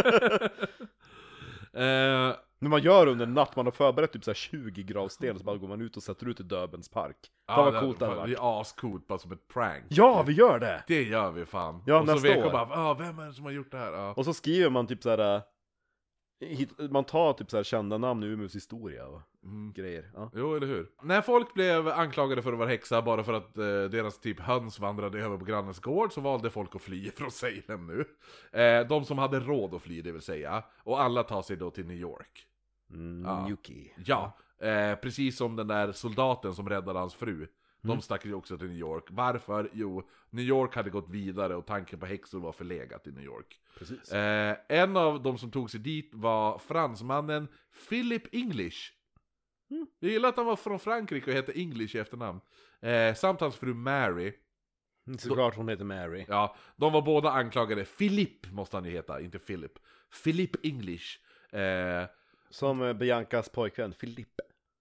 eh, Men man gör under en natt, man har förberett typ så här tjugo gravsten, så bara går man ut och sätter ut i Döbens park. Fan vad coolt det hade Det varit. är ascoolt, bara som ett prank. Ja, vi gör det! Det gör vi fan. Ja, och så nästa vet jag år. bara, ah, vem är det som har gjort det här? Ja. Och så skriver man typ så här. äh, hit- Man tar typ så här kända namn i Umeås historia och Mm. grejer. Ja. Jo, eller hur? När folk blev anklagade för att vara häxa bara för att eh, deras typ höns vandrade över på grannens gård, så valde folk att fly från Salem nu. Eh, de som hade råd att fly, det vill säga. Och alla tar sig då till New York. Mm, Ja. Yuki. Ja, eh, precis som den där soldaten som räddade hans fru. Mm. De stack ju också till New York. Varför? Jo, New York hade gått vidare och tanken på häxor var förlegat i New York. Precis. Eh, en av de som tog sig dit var fransmannen Philip English. Mm. Jag gillar att han var från Frankrike och hette English i efternamn. Eh, samt hans fru Mary. Såklart hon heter Mary. Ja, de var båda anklagade. Philip måste han ju heta, inte Philip. Philip English. Eh, Som eh, Biancas pojkvän, Filip.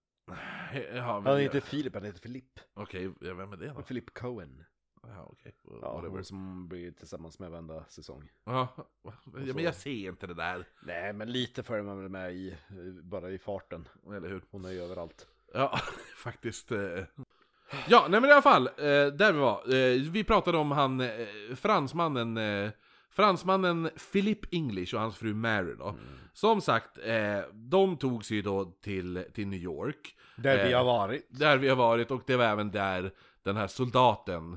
ja, men- Han heter Filip, han heter Filip. Okej, ja, vem är det då? Philip Cohen. Ja, okej. Ja, Whatever. hon som blir tillsammans med varenda säsong. Ja, ja, men jag ser inte det där. Nej, men lite följer man väl med i, eh, bara i farten. Eller hur? Hon är ju överallt. Ja, faktiskt. Eh. Ja, nej men i alla fall, eh, där vi var. Eh, vi pratade om han, eh, fransmannen, eh, fransmannen Philip English och hans fru Mary då. Mm. Som sagt, eh, de tog sig då till, till New York. Där vi Eh, har varit. Där vi har varit, och det var även där den här soldaten,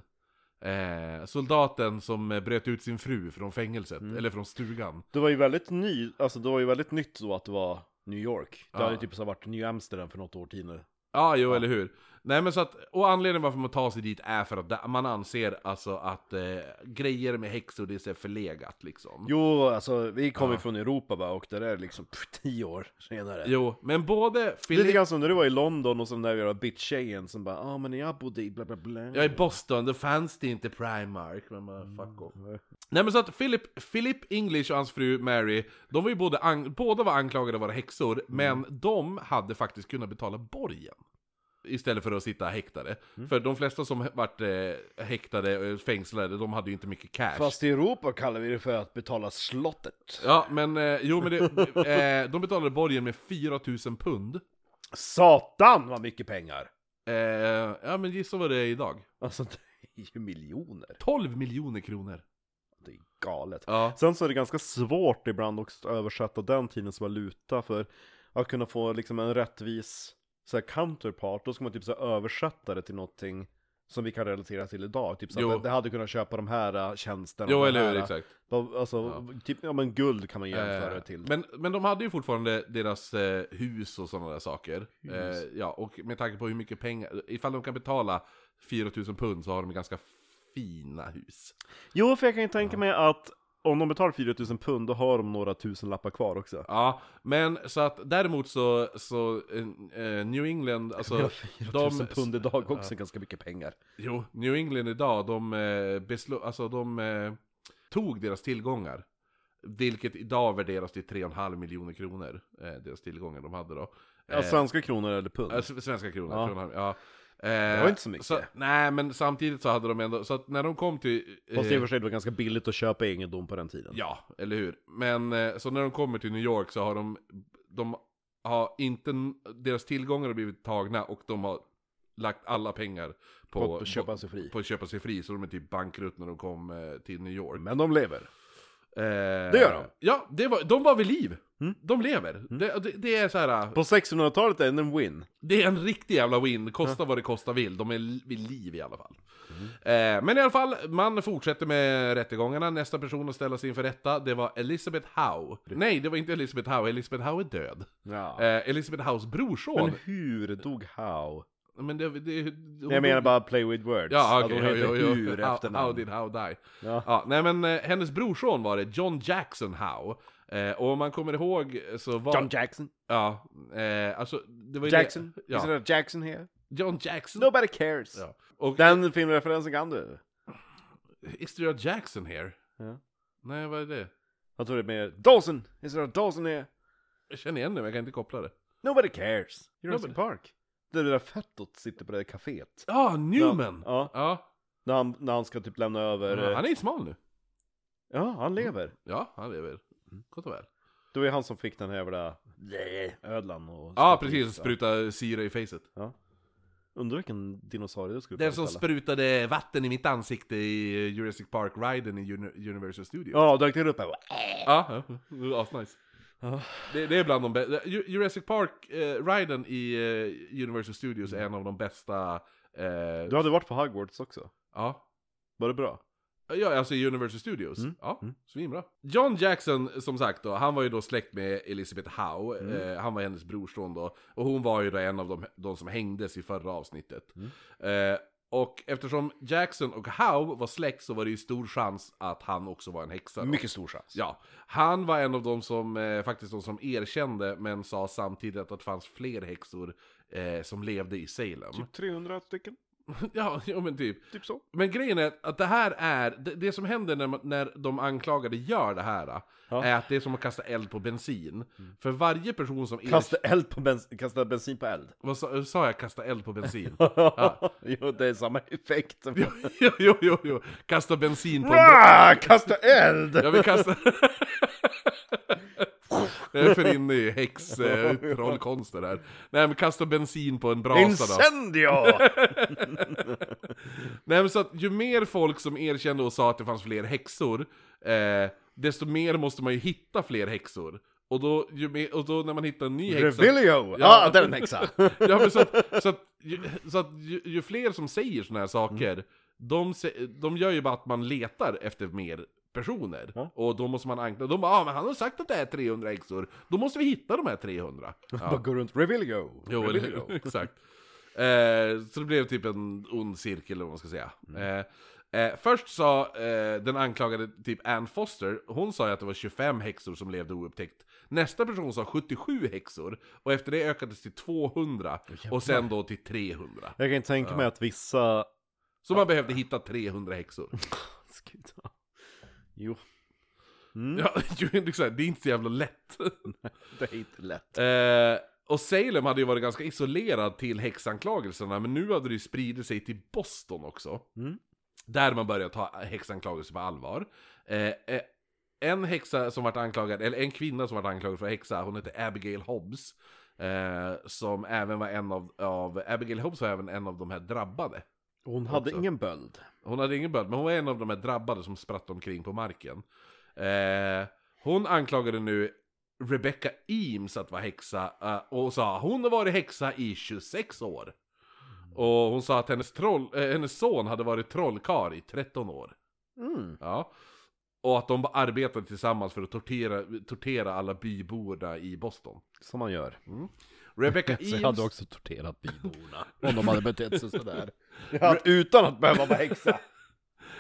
eh, soldaten som eh, bröt ut sin fru från fängelset, Mm. eller från stugan. Det var ju väldigt ny, alltså det var ju väldigt nytt då att det var New York. Det Ja. hade ju typ så varit New Amsterdam för något årtionde. Ja, jo, eller hur? Nej, men så att, och anledningen varför man tar sig dit är för att da- man anser alltså att eh, grejer med häxor, det är så förlegat liksom. Jo, alltså vi kommer ju Ja. från Europa bara, och där är det liksom pff, tio år senare. Jo, men både Lite Philip... grann som när du var i London och så där vi var bitch-tjejen som bara, ja ah, men jag bodde i bla bla bla. Jag är i Boston, då fanns det inte Primark, men bara, fuck off. Mm. Nej men så att Philip, Philip English och hans fru Mary, de var ju både an- båda var anklagade att vara häxor, men de hade faktiskt kunnat betala borgen. Istället för att sitta häktade. Mm. För de flesta som vart eh, häktade och fängslade, de hade ju inte mycket cash. Fast i Europa kallar vi det för att betala slottet. Ja, men eh, jo men det, eh, de betalade borgen med fyra tusen pund. Satan vad mycket pengar! Eh, ja men gissa vad det är idag. Alltså det är ju miljoner. tolv miljoner kronor. Det är galet. Ja. Sen så är det ganska svårt ibland också att översätta den tidens valuta för att kunna få liksom en rättvis så här, counterpart. Då ska man typ så här, översätta det till någonting som vi kan relatera till idag. Typ så Jo. att det hade kunnat köpa de här äh, tjänsterna. Jo de eller hur, här, exakt. Då, alltså, typ, ja men guld kan man jämföra det Eh, till. men, men de hade ju fortfarande deras eh, hus och sådana där saker. Hus. Eh, ja, och med tanke på hur mycket pengar, ifall de kan betala fyra tusen pund så har de ganska fina hus. Jo, för jag kan ju tänka mig att om de betalar fyra tusen pund, då har de några tusen lappar kvar också. Ja, men så att däremot så, så uh, New England, alltså Ja, fyra tusen de, pund idag också, uh, ganska mycket pengar. Jo, New England idag, de, uh, beslu, alltså, de uh, tog deras tillgångar. Vilket idag värderas till tre komma fem miljoner kronor, uh, deras tillgångar de hade då. Ja, svenska kronor eller pund? Uh, svenska kronor, ja. Kronor, ja. Det var inte så mycket. Så, nej, men samtidigt så hade de ändå, så att när de kom till... Eh, Fast det var, det var ganska billigt att köpa egendom på den tiden. Ja, eller hur? Men eh, så när de kommer till New York så har de, de har inte, deras tillgångar har blivit tagna och de har lagt alla pengar på, på att köpa sig fri. På att köpa sig fri, så de är typ bankrutt när de kom eh, till New York. Men de lever. Eh, det gör de. Ja, det var, de var vid liv. Mm. De lever. Mm. Det, det, det är så här. På sexhundratalet är det en win. Det är en riktig jävla win. Kostar ja. vad det kostar vill. De är vid liv i alla fall. Mm. Eh, men i alla fall, man fortsätter med rättegångarna. Nästa person att ställa sig inför rätta, det var Elizabeth Howe. Nej, det var inte Elizabeth Howe. Elizabeth Howe är död. Ja. Eh, Elizabeth Howes brorson. Men hur dog Howe? Men det, det, jag menar bara play with words. Ja, okej. Okay, jo, jo, hur how, efter how did Howe die? Ja. Ja, nej men eh, hennes brorson var det, John Jackson Howe. Eh, och om man kommer ihåg så var... John Jackson? Ja, eh, alltså... Det var Jackson? Det, ja. Is it a Jackson here? John Jackson? Nobody cares. Ja. Och, den filmreferensen kan du. Is there a Jackson here? Ja. Nej, vad är det? Jag tror det är mer Dawson! Is there a Dawson here? Jag känner igen det, men jag kan inte koppla det. Nobody cares. Jurassic Nobody. Park. Det där fettot sitter på det kaféet. Ja, ah, Newman! Ja. ja. När, han, när han ska typ lämna över... Ja, han är smal nu. Ja, han lever. Ja, han lever. Gott och väl. Det var ju han som fick den här jävla ödlan och... Ja, precis. Spruta syra i facet. Ja. Undrar vilken dinosaurie det skulle den som sprutade vatten i mitt ansikte i Jurassic Park-riden i Universal Studios. Ja, dök det upp här. Ja, ja, nice. Ja. Det, det är bland de bästa. Jurassic Park-riden uh, i uh, Universal Studios är en av de bästa. Uh... Du hade varit på Hogwarts också. Ja. Var det bra? Ja, alltså i Universal Studios. Mm. Ja, mm. svinbra. John Jackson, som sagt då, han var ju då släkt med Elizabeth Howe. Mm. Eh, han var hennes brorson då. Och hon var ju då en av de, de som hängdes i förra avsnittet. Mm. Eh, och eftersom Jackson och Howe var släkt så var det ju stor chans att han också var en häxa då. Mycket stor chans. Ja, han var en av de som, eh, faktiskt de som erkände, men sa samtidigt att det fanns fler häxor eh, som levde i Salem. Typ trehundra stycken. Ja, ja, men typ. Typ så. Men grejen är att det här är, det, det som händer när, man, när de anklagade gör det här, ja. är att det är som att kasta eld på bensin. Mm. För varje person som... Kasta eld på bensin, kasta bensin på eld. Vad sa, sa jag? Kasta eld på bensin? Ja. Jo, det är samma effekt. jo, jo, jo, jo, jo. Kasta bensin på... Rah, kasta eld! Jag vill kasta... Jag är för inne i häx, eh, trollkonster här. Nej, men kasta bensin på en brasa då. Incendio! Nej, men så att ju mer folk som erkände och sa att det fanns fler häxor, eh, desto mer måste man ju hitta fler häxor. Och då, ju mer, och då när man hittar en ny häxa... Revelio! Ja, ah, det är en häxa! Ja, men så att, så att, ju, så att ju, ju fler som säger såna här saker, mm. de, de gör ju bara att man letar efter mer personer. Ja. Och då måste man ankla. De bara, ah, men han har sagt att det är trehundra häxor. Då måste vi hitta de här trehundra. Ja. Bara gå runt, Revelio! Jo, Revelio. Exakt. Eh, så det blev typ en ond cirkel, eller vad man ska säga. Mm. Eh, eh, först sa eh, den anklagade typ Ann Foster, hon sa ju att det var tjugofem häxor som levde oupptäckt. Nästa person sa sjuttiosju häxor. Och efter det ökades till tvåhundra. Oh, och sen då till trehundra. Jag kan inte tänka ja. mig att vissa... Så man behövde hitta trehundra häxor. Jo. Mm. Ja, det är inte så jävla lätt. Det är inte lätt. Eh, och Salem hade ju varit ganska isolerad till häxanklagelserna, men nu hade det ju spridit sig till Boston också. Mm. Där man började ta häxanklagelser på allvar. Eh, eh, en häxa som varit anklagad, eller en kvinna som varit anklagad för häxa, hon heter Abigail Hobbs. Eh, som även var en av, av, Abigail Hobbs var även en av de här drabbade. Hon hade också ingen böld. Hon hade ingen böld, men hon var en av de här drabbade som spratt omkring på marken. Eh, hon anklagade nu Rebecca Eames att vara häxa, uh, och sa hon har varit häxa i tjugosex år. Mm. Och hon sa att hennes, troll, äh, hennes son hade varit trollkarl i tretton år. Mm. Ja. Och att de arbetade tillsammans för att tortera, tortera alla byborna i Boston. Som man gör. Mm. Rebecca Eames... Så jag hade också torterat byborna om de hade betett sig sådär. Ja, utan att behöva vara häxa.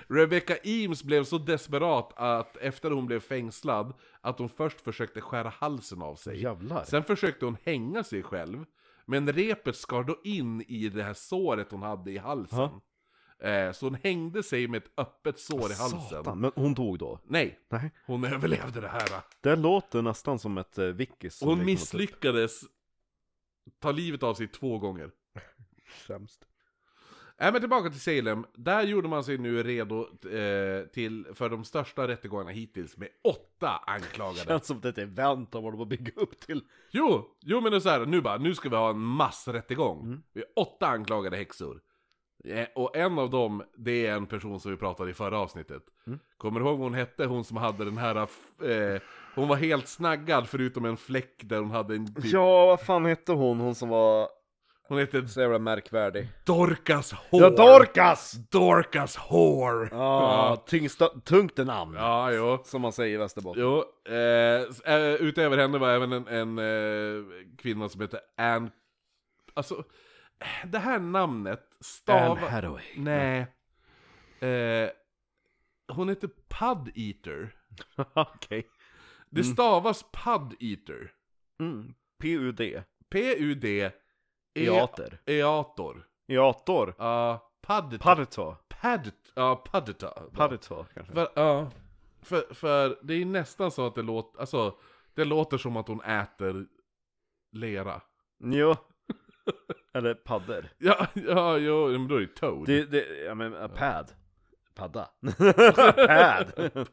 Rebecca Eames blev så desperat att efter hon blev fängslad att hon först försökte skära halsen av sig. Jävlar. Sen försökte hon hänga sig själv, men repet skar då in i det här såret hon hade i halsen. Eh, så hon hängde sig med ett öppet sår i halsen. Satan, men hon dog då? Nej, Nej. hon överlevde det här. Det låter nästan som ett uh, Vickis. Hon misslyckades ta livet av sig två gånger. Sämst. Äh, men tillbaka till Salem. Där gjorde man sig nu redo eh, till för de största rättegångarna hittills med åtta anklagade. Känns som att det är ett event de håller på att bygga upp till. Jo, jo men det är så här, nu bara, nu ska vi ha en massrättegång. Mm. Vi har åtta anklagade häxor. Eh, och en av dem, det är en person som vi pratade i förra avsnittet. Mm. Kommer du ihåg vad hon hette? Hon som hade den här... Eh, hon var helt snaggad förutom en fläck där hon hade en... Typ... Ja, vad fan hette hon? Hon som var... Hon heter... Så jävla märkvärdig. Dorcas Hår. Ja, Dorcas! Dorcas Hår. Ja, tyngsta, tungt namn. Ja, jo. Som man säger i Västerbotten. Jo, eh, utöver henne var även en, en eh, kvinna som heter Anne... Alltså, det här namnet stav... Anne Hathaway. Nej. Eh, hon heter Pud Eater. Okej. Okay. Det stavas Pud Eater. Mm. P U D. P U D Eater. Eator. Eator. Ja, Pud. Padta. Pad, ja, Padta. Padta kanske. För, ja, för, för det är nästan så att det låter, alltså, det låter som att hon äter lera. Jo. Eller padder. Ja, ja, jo, men då är det Toad. Det, det, ja men, a pad. Padda. Pad.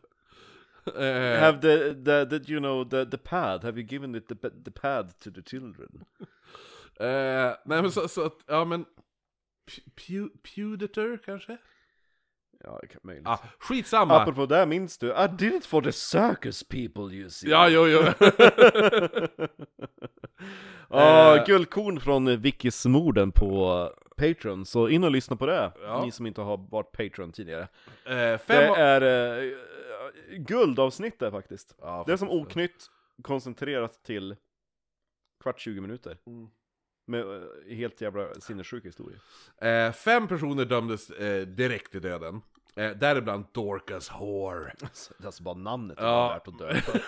uh, have the, the, did you know the, the pad, have you given it the, the pad to the children? uh, nej men så, så att, ja men pu, Puditor kanske? Ja, det kan möjligt. Ah, skitsamma. Apropå det, minns du? I did it for the circus people, you see. Ja, jo, jo. Ja, uh, guldkorn från Vickismorden på Patreon. Så in och lyssna på det, ja. Ni som inte har varit Patreon tidigare. uh, fem Det är uh, guldavsnitt där faktiskt. Ja, det är som oknytt, koncentrerat till kvart tjugo minuter. Mm. Med uh, helt jävla sinnessjuk historia. uh, Fem personer dömdes uh, direkt till döden. uh, Däribland Dorcas Hår. Alltså, det är alltså bara namnet ja. Var värt att dö för.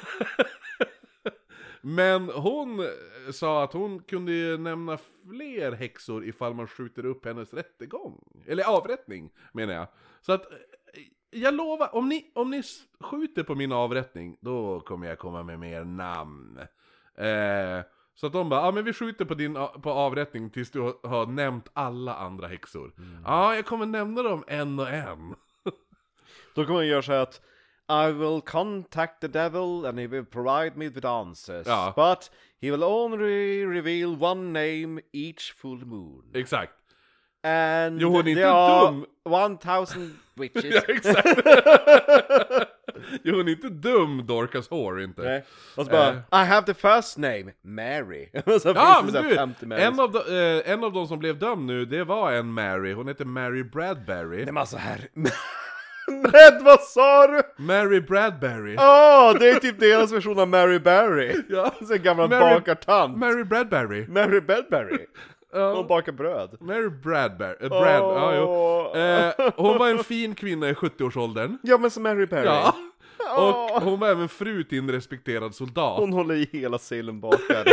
Men hon sa att hon kunde ju nämna fler häxor ifall man skjuter upp hennes rättegång. Eller avrättning, menar jag. Så att, jag lovar, om ni, om ni skjuter på min avrättning, då kommer jag komma med mer namn. Eh, så att de bara, ja men vi skjuter på din på avrättning tills du har, har nämnt alla andra häxor. Mm. Ja, jag kommer nämna dem en och en. Då kommer jag göra så här att I will contact the devil and he will provide me with answers. Ja. But he will only reveal one name each full moon. Exakt. And jo, hon är there inte are dum. one thousand witches. Ja, exakt. Jo, hon är inte dum, Dorcas Hår, inte. Nej. Och så bara, uh. I have the first name, Mary. Så ja, men du, en av, de, eh, en av de som blev dömd nu, det var en Mary. Hon heter Mary Bradbury. Nej, men alltså här... Red, vad sa du? Mary Bradbury. Åh, oh, det är typ deras version av Mary Barry. Ja. Så en gammal Mary, bakartant. Mary Bradbury. Mary Bradbury. Uh, hon bakar bröd. Mary Bradbury. Uh, Brad, oh. ja, jo. Uh, hon var en fin kvinna i sjuttio-årsåldern. Ja, men som Mary Barry. Ja. Och hon var även fru till en respekterad soldat. Hon håller i hela Salem bakar.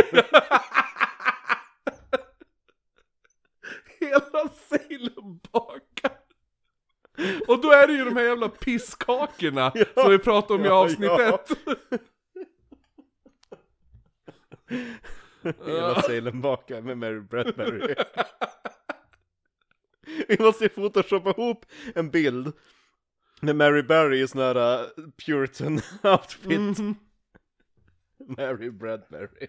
Hela Salem bakar. Och då är det ju de här jävla pisskakorna ja, som vi pratade om i avsnitt ett. Ja. Hela Salem bakar med Mary Bradbury. Vi måste ju photoshoppa ihop en bild med Mary Barry i sån här uh, Puritan outfit. Mm. Mary Bradbury.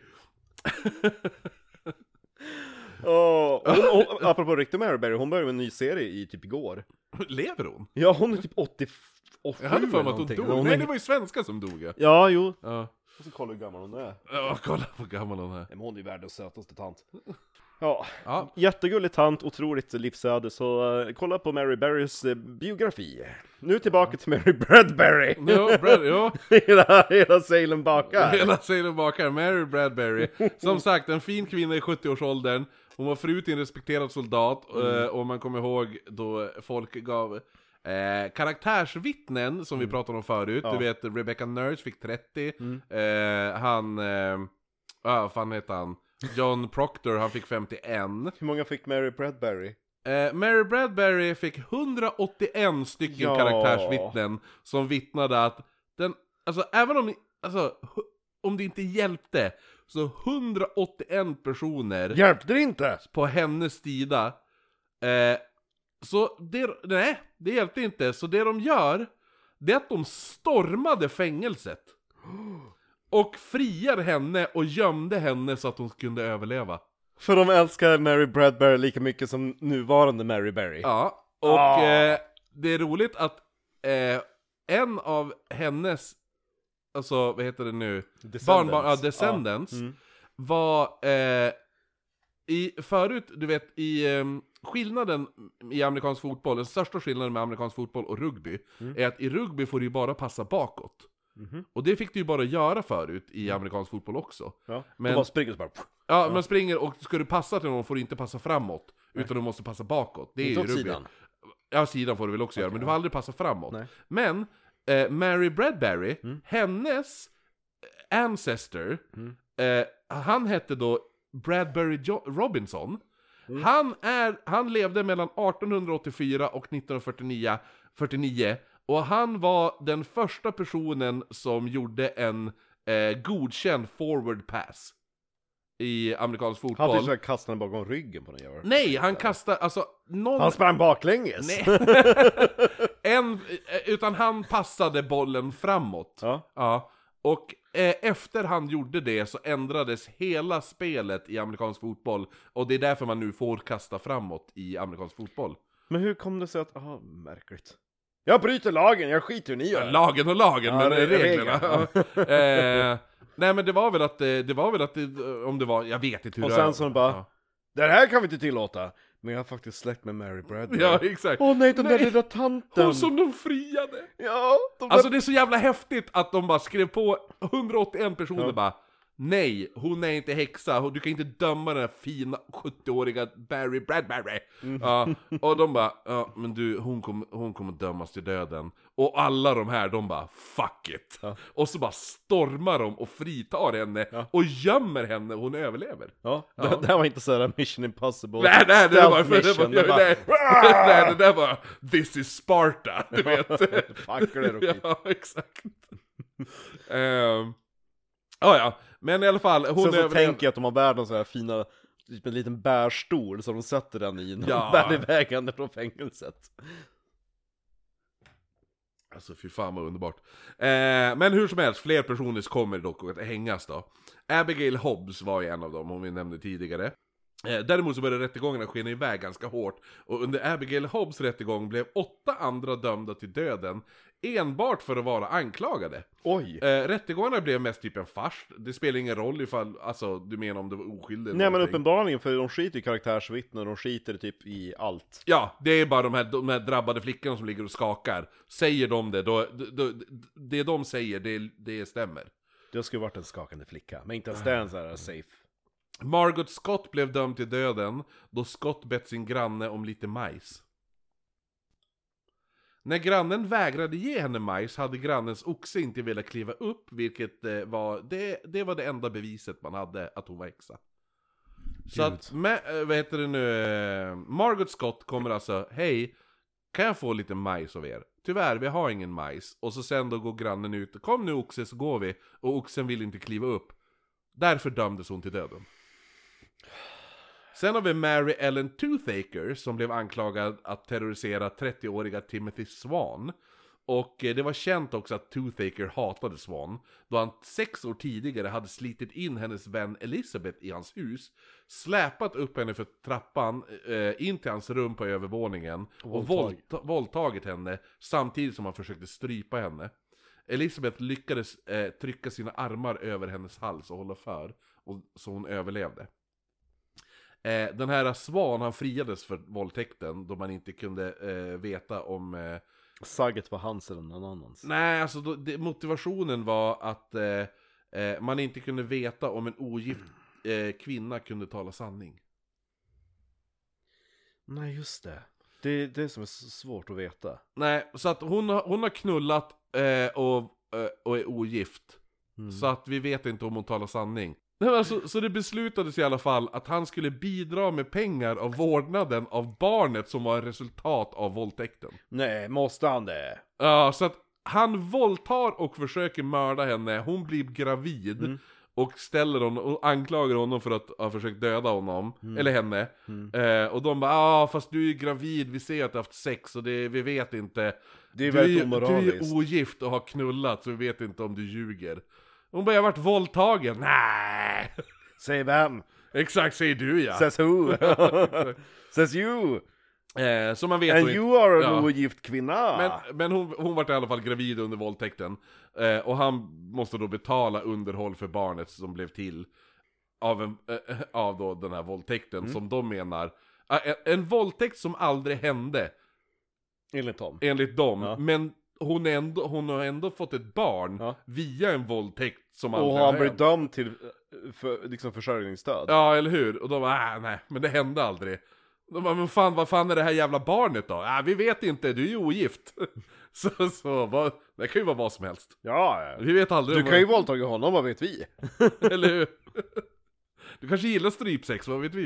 Oh, hon, hon, apropå riktigt Mary Barry, hon började med en ny serie i typ igår. Lever hon? Ja, hon är typ åttiosju. Jag hade för mig att hon dog. Hon Nej, är... det var ju svenska som dog. Ja, ja jo. Ja. Och så kolla hur gammal hon är. Ja, kolla hur gammal hon är. Men hon är ju världens sötaste tant. Ja, ja. Jättegullig tant, otroligt livsöde. Så uh, kolla på Mary Barrys uh, biografi. Nu tillbaka till Mary Bradbury. Jo, Brad, jo. hela, hela Salem bakar. Hela Salem bakar, Mary Bradbury. Som sagt, en fin kvinna i sjuttio-årsåldern. Hon var fru till en respekterad soldat. Mm. Och man kommer ihåg då folk gav Eh, karaktärsvittnen som mm. vi pratade om förut, ja. Du vet Rebecca Nurse fick trettio, mm. eh, han, eh, ah, vad fan heter han? John Proctor, han fick femtioen. Hur många fick Mary Bradbury? Eh, Mary Bradbury fick hundraåttioen stycken ja. karaktärsvittnen som vittnade att den, alltså även om, alltså, om det inte hjälpte, så hundraåttioen personer hjälpte det inte på hennes sida. Eh, så det, nej, det hjälpte inte. Så det de gör, det är att de stormade fängelset och friar henne och gömde henne så att hon kunde överleva. För de älskar Mary Bradbury lika mycket som nuvarande Mary Berry. Ja, och ah. eh, det är roligt att eh, en av hennes, alltså vad heter det nu? Descendants, Barnbarn, ja, Descendants, ah. mm. var eh, i, förut, du vet, i eh, skillnaden i amerikansk fotboll, den största skillnaden med amerikansk fotboll och rugby, mm. är att i rugby får du ju bara passa bakåt. Mm-hmm. Och det fick du ju bara göra förut i amerikansk fotboll också. Ja, men bara springer så bara. Ja, man springer, och ska du passa till någon får du inte passa framåt. Nej. Utan du måste passa bakåt. Det är ju rugby. Sidan. Ja, sidan får du väl också okay, göra, men du får aldrig passa framåt. Nej. Men eh, Mary Bradbury, mm. hennes ancestor, mm. eh, han hette då Bradbury jo- Robinson. Mm. Han, är, han levde mellan arton åttiofyra och nitton fyrtionio, och han var den första personen som gjorde en eh, godkänd forward pass i amerikansk fotboll. Han typ kastade bakom ryggen på den jävla. Nej, han kastade, alltså någon... Han sprang baklänges. Nej. en, utan han passade bollen framåt. Ja. Ja. Och eh, efter han gjorde det så ändrades hela spelet i amerikansk fotboll. Och det är därför man nu får kasta framåt i amerikansk fotboll. Men hur kom det sig att, aha, märkligt. Jag bryter lagen, jag skiter ni gör. Lagen och lagen, ja, men det är reglerna. eh, nej men det var väl att, det var väl att det, om det var, jag vet inte hur och det sen var. så bara, ja. Det här kan vi inte tillåta. Men jag har faktiskt släkt med Mary Bradbury. Ja, exakt. Åh nej, den nej. där lilla tanten. Hon som de friade. Ja. De alltså det är så jävla häftigt att de bara skrev på hundraåttioen personer ja. bara, nej, hon är inte häxa. Du kan inte döma den här fina sjuttioåriga Barry Bradbury. Mm. Ja, och de bara, ja, men du, hon kommer hon kommer dömas till döden. Och alla de här, de bara, fuck it. Ja. Och så bara stormar de och fritar henne ja. och gömmer henne och hon överlever. Ja, ja. Det, det här var inte så här Mission Impossible. Nej, nej, det var, för, det var, det var, nej, nej, det där var This is Sparta, du vet. Fuck det. Ja, exakt. um, Oh ja, men i alla fall hon så, så tänker jag att de har världens så här fina, typ en liten bärstol som de sätter den i när ja. de bär iväg henne från fängelset. Alltså fy fan vad underbart. eh, Men hur som helst, fler personer kommer dock att hängas då. Abigail Hobbs var ju en av dem, om vi nämnde tidigare. eh, Däremot så började rättegångarna skena iväg ganska hårt. Och under Abigail Hobbs rättegång blev åtta andra dömda till döden, enbart för att vara anklagade. Oj. Eh, rättegångarna blev mest typ en fars. Det spelar ingen roll ifall, alltså du menar om det var oskyldigt. Nej, men uppenbarligen, för de skiter i karaktärsvittnen, de skiter typ i allt. Ja, det är bara de här, de här drabbade flickorna som ligger och skakar. Säger de det, då, då, det de säger, det, det stämmer. Det skulle varit en skakande flicka, men inte ens det är en så här safe. Margot Scott blev dömd till döden då Scott bett sin granne om lite majs. När grannen vägrade ge henne majs hade grannens oxe inte velat kliva upp, vilket eh, var det, det var det enda beviset man hade att hon var häxa. Gud. Så att, med, vad heter det nu, eh, Margot Scott kommer alltså, hej, kan jag få lite majs av er? Tyvärr, vi har ingen majs. Och så sen då går grannen ut, kom nu oxe så går vi. Och oxen vill inte kliva upp. Därför dömdes hon till döden. Sen har vi Mary Ellen Toothaker som blev anklagad att terrorisera trettioåriga Timothy Swan. Och det var känt också att Toothaker hatade Swan, då han sex år tidigare hade slitit in hennes vän Elizabeth i hans hus, släpat upp henne för trappan eh, in till hans rum på övervåningen och våldta- våldtagit henne samtidigt som han försökte strypa henne. Elizabeth lyckades eh, trycka sina armar över hennes hals och hålla för, och så hon överlevde. Eh, den här Swan, han friades för våldtäkten då man inte kunde eh, veta om... Eh, Sagget var hans eller någon annans. Nej, alltså då, det, motivationen var att eh, eh, man inte kunde veta om en ogift eh, kvinna kunde tala sanning. Nej, just det. Det, det är som är så svårt att veta. Nej, så att hon har, hon har knullat eh, och, eh, och är ogift. Mm. Så att vi vet inte om hon talar sanning. Nej, men alltså, så det beslutades i alla fall att han skulle bidra med pengar av vårdnaden av barnet som var ett resultat av våldtäkten. Nej, måste han det? Ja, så att han våldtar och försöker mörda henne. Hon blir gravid Mm. och ställer honom och anklagar honom för att ha försökt döda honom, Mm. eller henne. Mm. Eh, och de bara, ah fast du är gravid, vi ser att du har haft sex och det, vi vet inte. Det är du, väldigt är, du omoraliskt. är ogift och har knullat så vi vet inte om du ljuger. Hon bara, jag har varit våldtagen. Nej. Säg vem? Exakt, säger du ja. Says who? Says you. Eh, så man vet And då you are ja. an ogift kvinna. Men, men hon, hon var i alla fall gravid under våldtäkten. Eh, och han måste då betala underhåll för barnet som blev till av, en, eh, av då den här våldtäkten, Mm. som de menar eh, en, en våldtäkt som aldrig hände Enligt Tom. enligt dem. Ja. Men hon, är ändå, hon har ändå fått ett barn Ja. via en våldtäkt som aldrig Och har han blir hänt. dömd till eh, för, liksom försörjningsstöd. Ja, eller hur? Och de bara, äh, nej, men det hände aldrig. De bara, men fan, vad fan är det här jävla barnet då? Ja, vi vet inte, du är ju ogift. så, så, vad, det kan ju vara vad som helst. Ja, ja. Vi vet aldrig. Du om kan ju vad, våldtaga honom, vad vet vi? eller hur? Du kanske gillar strypsex, vad vet vi?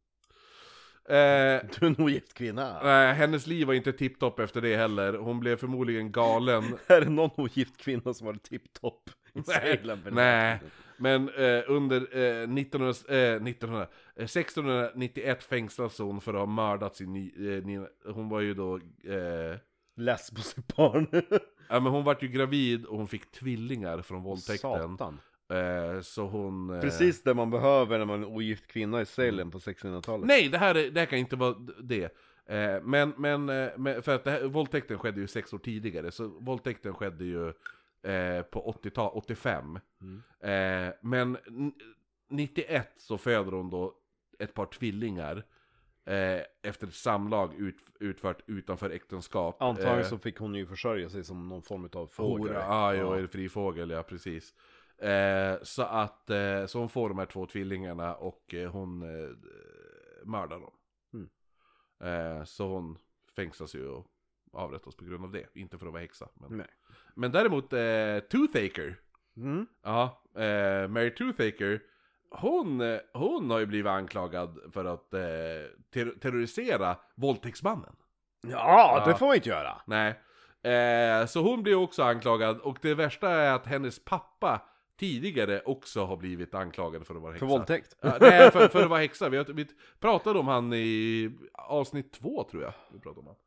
Eh, Du är en ogift kvinna. nej, hennes liv var inte tipptopp efter det heller. Hon blev förmodligen galen. Är det någon ogift kvinna som har det tipptopp i Nej, Salem? för den nej. här tiden? Men eh, under eh, nittonhundra, eh, nittonhundra, eh, sextonhundranittioett fängslas hon för att ha mördat sin ny, eh, ny, hon var ju då eh, Läs på sitt barn. ja, men hon var ju gravid och hon fick tvillingar från våldtäkten. Satan. Eh, så hon eh, Precis det man behöver när man är en ogift kvinna i Salem på sextonhundratalet. nej, det här, är, det här kan inte vara d- det. Eh, men, men, eh, men för att det här, våldtäkten skedde ju sex år tidigare. Så våldtäkten skedde ju eh, på åttiotal, åttiofem. Mm. Eh, men n- nittioett så föder hon då ett par tvillingar. Eh, efter ett samlag ut, utfört utanför äktenskap. Antagligen eh, så fick hon ju försörja sig som någon form av fågel. Hora, ah, jo, en fri fågel, ja precis. Eh, så att, eh, så hon får de här två tvillingarna och eh, hon eh, mördar dem. Mm. Eh, så hon fängslas ju och avrättas på grund av det. Inte för att vara häxa. Men, Nej. men däremot eh, Toothaker, Mm. ja, eh, Mary Toothaker, hon, eh, hon har ju blivit anklagad för att eh, ter- terrorisera våldtäktsmannen. Ja, Ja. det får man inte göra. Nej. Eh, så hon blir också anklagad. Och det värsta är att hennes pappa tidigare också har blivit anklagad för att vara häxa. För våldtäkt. Ja, nej, för, för att vara häxa. Vi, har, vi pratade om han i avsnitt två, tror jag. Vi pratade om han.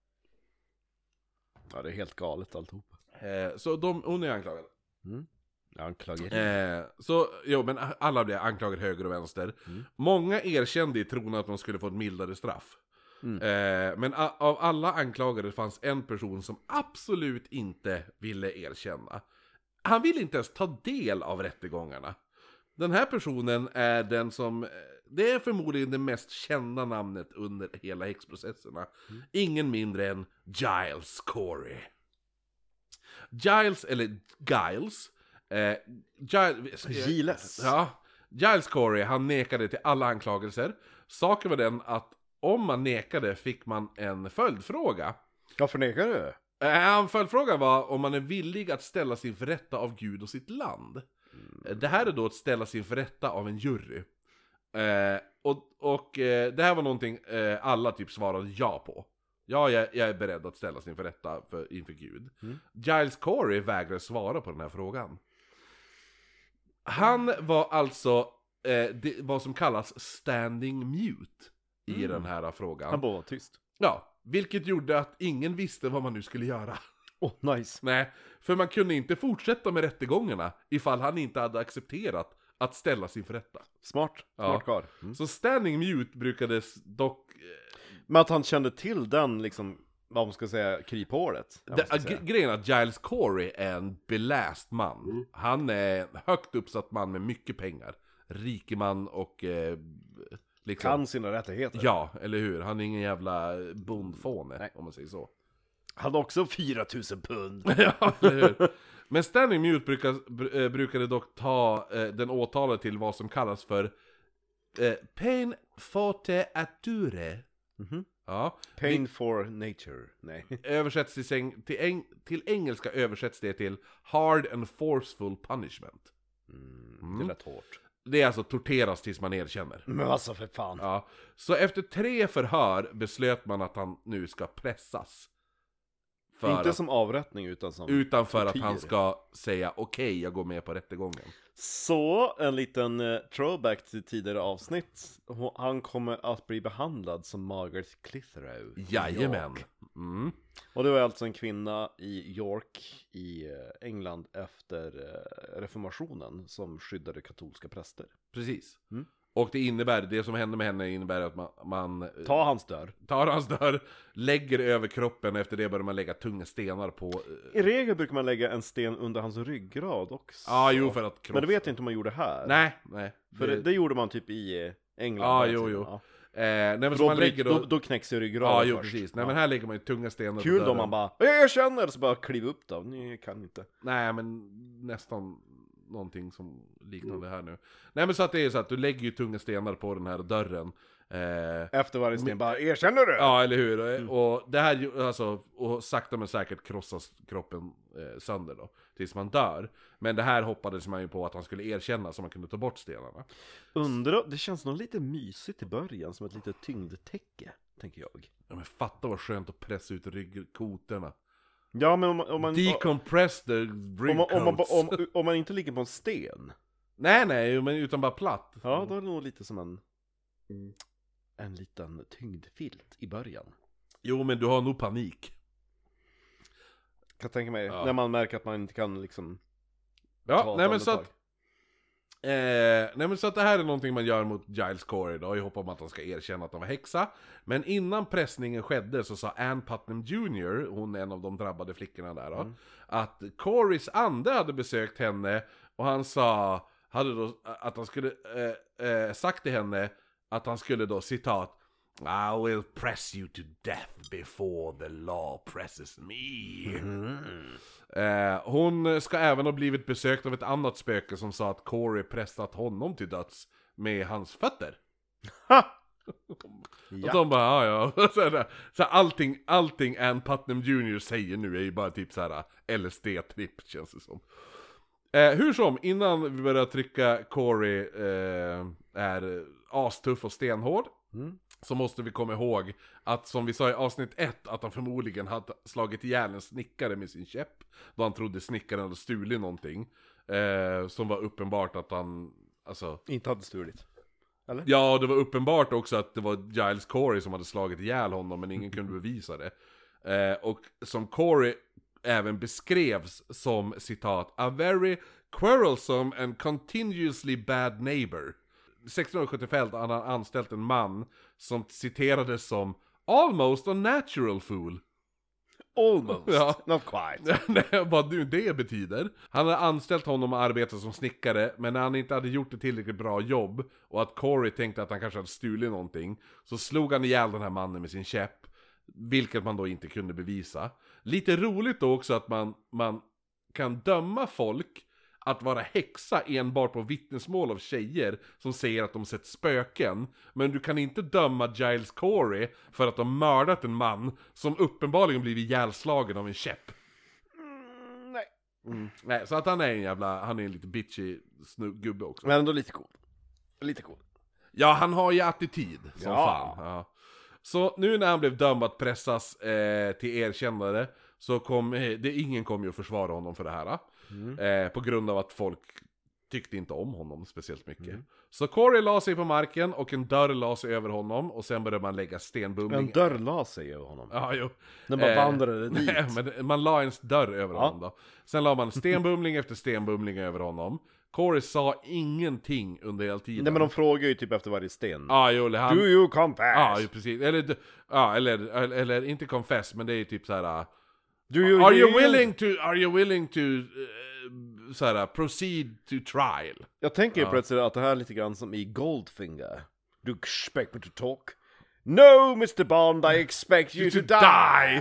Ja, det är helt galet alltihop. Eh, så de, hon är anklagad. Mm. Anklageri. Eh, så, jo, men alla blir anklagade höger och vänster. Mm. Många erkände i tron att de skulle få ett mildare straff. Mm. Eh, men a- av alla anklagade fanns en person som absolut inte ville erkänna. Han ville inte ens ta del av rättegångarna. Den här personen är den som, det är förmodligen det mest kända namnet under hela häxprocesserna. Mm. Ingen mindre än Giles Corey. Giles, eller Giles, eh, Giles, Giles. ja, Giles Corey, han nekade till alla anklagelser. Saken var den att om man nekade fick man en följdfråga. Varför nekar du? En följdfråga var om man är villig att ställa sin för rätta av Gud och sitt land. Mm. Det här är då att ställa sin för rätta av en jury. Eh, och och eh, det här var någonting eh, alla typ svarade ja på. Ja, jag, jag är beredd att ställa sin för rätta för, inför Gud. Mm. Giles Corey vägrade svara på den här frågan. Han var alltså eh, det, vad som kallas standing mute i Mm. den här frågan. Han bara var tyst. Ja, vilket gjorde att ingen visste vad man nu skulle göra. Åh, oh, nice. Nej, för man kunde inte fortsätta med rättegångarna ifall han inte hade accepterat att ställa sin för rätta. Smart. Ja. Smart karl. Mm. Så standing mute brukades dock... eh, Men att han kände till den, liksom, vad man ska säga, kryphålet. vad man Det, ska äh, säga. g- grejen är att Giles Corey är en beläst man. Mm. Han är en högt uppsatt man med mycket pengar. Rikeman och... Eh, liksom, Kan sina rättigheter. ja, eller hur? Han är ingen jävla bondfåne, Nej. om man säger så. Han hade också fyra tusen pund. Ja, eller hur? Men standing mute brukar, br- eh, brukade dock ta eh, den åtalade till vad som kallas för eh, peine forte ature. Mhm. Ja. Pain for nature. Nej. Översätts till, säng, till, eng, till engelska översätts det till hard and forceful punishment. Mm, det är rätt hårt. Det är alltså torteras tills man erkänner. Men alltså för fan. Ja. Så efter tre förhör beslöt man att han nu ska pressas. För Inte att, som avrättning utan som utan för tortyr. att han ska säga okej, okay, jag går med på rättegången. Så, en liten uh, throwback till tidigare avsnitt. Hon- Han kommer att bli behandlad som Margaret Clitheroe. i Jajamän. York. Mm. Och det var alltså en kvinna i York i uh, England efter uh, reformationen som skyddade katolska präster. Precis. Mm. Och det innebär, det som hände med henne innebär att man, man Ta hans dörr. tar hans dörr, lägger över kroppen, och efter det börjar man lägga tunga stenar på... I regel brukar man lägga en sten under hans ryggrad också. Ja, jo, för att krossa. Men det vet jag inte om man gjorde här. Nej, nej. För det, det gjorde man typ i England. Ja, hela jo, tiden, jo. ja. Eh, nej, men så Då, man lägger bryt, då... då, då knäcks ju ryggraden Ja, jo, först. precis. Nej, Ja. men här lägger man ju tunga stenar Kul på då dörren. man bara, jag känner, så bara kliv upp då. Ni kan inte. Nej, men nästan någonting som liknande här nu. Nej, men så att det är så att du lägger ju tunga stenar på den här dörren. Eh, Efter varje sten bara, erkänner du? ja, eller hur? Mm. Och det här, ju- alltså, och sakta men säkert krossas kroppen eh, sönder då. Tills man dör. Men det här hoppades man ju på att han skulle erkänna så man kunde ta bort stenarna. Undrar, det känns nog lite mysigt i början, som ett litet tyngdtäcke, tänker jag. Ja, men fatta vad skönt att pressa ut ryggkotorna. Ja, men om, om man... Decompress the om, rig man, om, man, coats. om, om man inte ligger på en sten. Nej, nej, men utan bara platt. Ja, då är det nog lite som en... En liten tyngdfilt i början. Jo, men du har nog panik. Kan tänka mig, Ja. när man märker att man inte kan liksom... Ja, ta ett nej men så andetag. att... Eh, nej men så att det här är någonting man gör mot Giles Corey då, i hopp om att han ska erkänna att han var häxa. Men innan pressningen skedde så sa Ann Putnam junior, hon är en av de drabbade flickorna där då, Mm. att Corys ande hade besökt henne, och han sa, hade då, att han skulle eh, eh, sagt till henne att han skulle då, citat, I will press you to death before the law presses me. Mm. Eh, hon ska även ha blivit besökt av ett annat spöke som sa att Corey pressat honom till döds med hans fötter. Ha! Och Ja. de bara, ja ja. Så här, så här, allting, allting Ann Putnam junior säger nu är ju bara typ så här L S D-tripp, känns det som. Eh, hur som, innan vi börjar trycka Corey eh, är astuff och stenhård, Mm. så måste vi komma ihåg att, som vi sa i avsnitt ett, att han förmodligen hade slagit ihjäl en snickare med sin käpp, då han trodde snickaren hade stulit någonting. Eh, som var uppenbart att han, alltså... Inte hade stulit. Eller? Ja, det var uppenbart också att det var Giles Corey som hade slagit ihjäl honom, men ingen kunde bevisa det. Eh, och som Corey även beskrevs som, citat, a very quarrelsome and continuously bad neighbor. sextonhundrasjuttiofem hade han anställt en man som citerades som almost a natural fool. Almost, Ja. not quite. Nej, vad nu det betyder. Han hade anställt honom att arbeta som snickare, men när han inte hade gjort ett tillräckligt bra jobb och att Corey tänkte att han kanske hade stulit någonting, så slog han ihjäl den här mannen med sin käpp, vilket man då inte kunde bevisa. Lite roligt då också att man, man kan döma folk att vara häxa enbart på vittnesmål av tjejer som säger att de sett spöken. Men du kan inte döma Giles Corey för att de mördat en man som uppenbarligen blivit ihjälslagen av en käpp. Mm, nej. Mm. Nej, så att han är en jävla, han är en lite bitchy snugg gubbe också. Men ändå lite cool. Lite cool. Ja, han har ju attityd som Ja. fan. Ja. Så nu när han blev dömd att pressas eh, till erkännande, så kom, eh, det, ingen kom ju att försvara honom för det här. Mm. Eh, på grund av att folk tyckte inte om honom speciellt mycket. Mm. Så Corey la sig på marken och en dörr la sig över honom, och sen började man lägga En stenbumling. dörr la sig över honom. Ja, jo. Den bara Eh, vandrade dit. Nej, men man la en dörr över Ja. honom då. Sen la man stenbumling efter stenbumling över honom. Corey sa ingenting under hela tiden. Nej, men de frågar ju typ efter varje sten. Ja, jo, eller han... Do you confess? Ja, ju precis. Eller, ja, eller, eller, eller inte confess, men det är typ så här. Do you Are you yield? willing to, are you willing to uh, så här, proceed to trial? Jag tänker ju Ja. plötsligt att det här är lite grann som i Goldfinger. Do you expect me to talk? No, mister Bond, I expect you to die!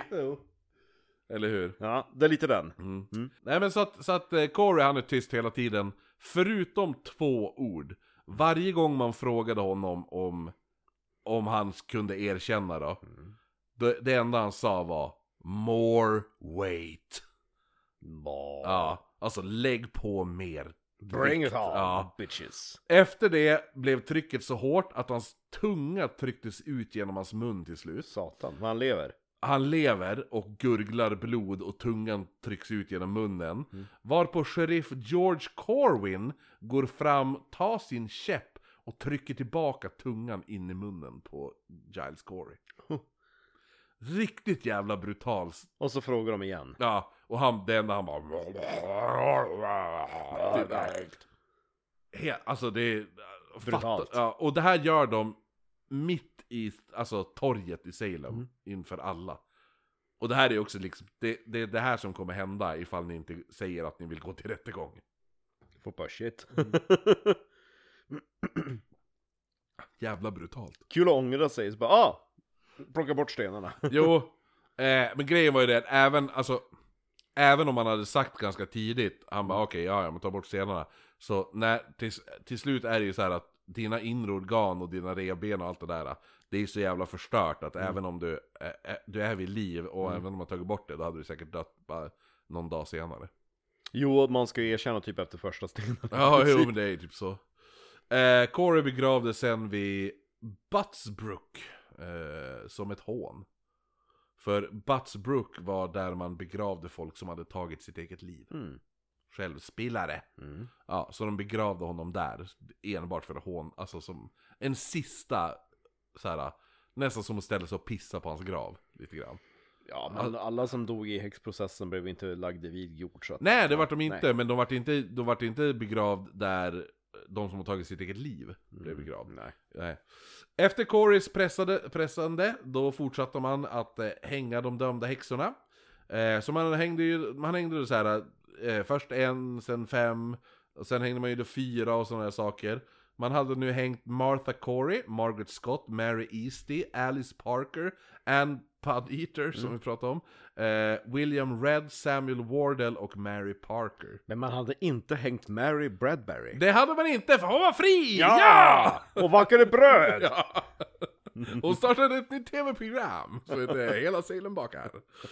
Eller hur? Ja, det är lite den. Mm. Mm. Nej, men så att, så att eh, Corey, han är tyst hela tiden, förutom två ord. Varje gång man frågade honom om om han kunde erkänna då. Mm. Det, det enda han sa var more weight. Bah. Ja, alltså lägg på mer. Bring vikt. it on, Ja. bitches. Efter det blev trycket så hårt att hans tunga trycktes ut genom hans mun till slut. Satan, vad han lever. Han lever och gurglar blod och tungan trycks ut genom munnen. Mm. Varpå sheriff George Corwin går fram, tar sin käpp och trycker tillbaka tungan in i munnen på Giles Corey. Riktigt jävla brutalt. Och så frågar de igen. Ja, och han, det enda han bara... He, alltså det är... Brutalt. Fatta, ja, och det här gör de mitt i alltså, torget i Salem, Mm. inför alla. Och det här är också liksom, det, det är det här som kommer hända ifall ni inte säger att ni vill gå till rättegång. Får bara shit. Jävla brutalt. Kul att ångra sig, så bara ah! Plocka bort stenarna. Jo, eh, men grejen var ju det att även, alltså, även om man hade sagt ganska tidigt, han bara okej, okay, ja, jag må ta bort stenarna. Så när, till, till slut är det ju så här att dina inre organ och dina revben och allt det där, det är så jävla förstört att mm. även om du, äh, du är vid liv och mm. även om man tagit bort det, då hade du säkert dött bara någon dag senare. Jo, man ska ju erkänna typ efter första stenen. Ja, jo, men det är typ så. Eh, Corey begravdes sen vid Buttsbrook eh, som ett hån. För Buttsbrook var där man begravde folk som hade tagit sitt eget liv. Mm. Självspillare. Mm. Ja, så de begravde honom där enbart för att hån, alltså som en sista så här, nästan som att ställa sig och pissa på hans grav lite grann. Ja, men alla som dog i häxprocessen blev inte lagda vid jord, så att, nej, det var de inte, nej. men de var inte, de var inte begravd där de som har tagit sitt eget liv blev begravd. Mm, nej. Nej. Efter Corys pressade, pressande, då fortsatte man att eh, hänga de dömda häxorna. Eh, så man hängde ju, man hängde ju så här, eh, först en, sen fem, och sen hängde man ju då fyra och sådana saker. Man hade nu hängt Martha Corey, Margaret Scott, Mary Easty, Alice Parker, Anne Pudeater som mm. vi pratade om, eh, William Red, Samuel Wardell och Mary Parker. Men man hade inte hängt Mary Bradbury. Det hade man inte, för hon var fri! Ja! Ja! Och bakade bröd! Ja! Hon startade ett nytt tv-program så heter Hela Salem bakar.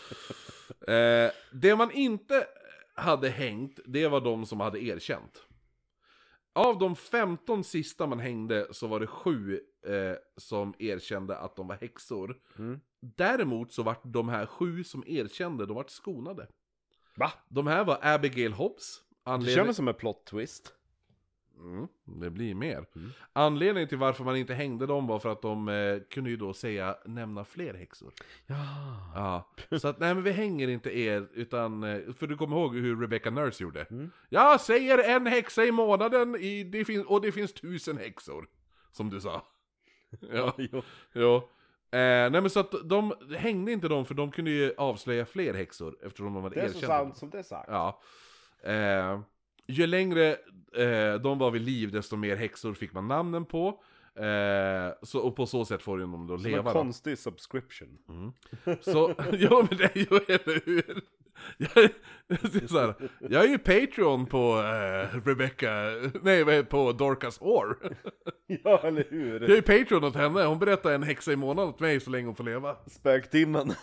Eh, det man inte hade hängt, det var de som hade erkänt. Av de femton sista man hängde så var det sju eh, som erkände att de var häxor. Mm. Däremot så var de här sju som erkände, de var skonade. Va? De här var Abigail Hobbs. Anledning... Det känns som en plot twist. Mm, det blir mer. Mm. Anledningen till varför man inte hängde dem var för att de eh, kunde ju då säga, nämna fler häxor. Ja. Ja. Så att nej, men vi hänger inte er, utan, eh, för du kommer ihåg hur Rebecca Nurse gjorde. Mm. Jag säger en häxa i månaden i, det fin- och det finns tusen häxor, som du sa. Ja, jo. jo. Eh, nej men så att de hängde inte dem, för de kunde ju avslöja fler häxor eftersom de hade Det är erkänt så sant dem. som det är sagt. Ja. Eh, ju längre eh, de var vid liv, desto mer häxor fick man namnen på. Eh, så, och på så sätt får de dem då som leva. en konstig subscription. Mm. Så, ja men det är ju, eller hur? Jag, är så här, jag är ju Patreon på eh, Rebecca, nej på Dorcas Hår. Ja, eller hur? Jag är ju Patreon åt henne, hon berättar en häxa i månaden åt mig så länge hon får leva. Spöktimmen.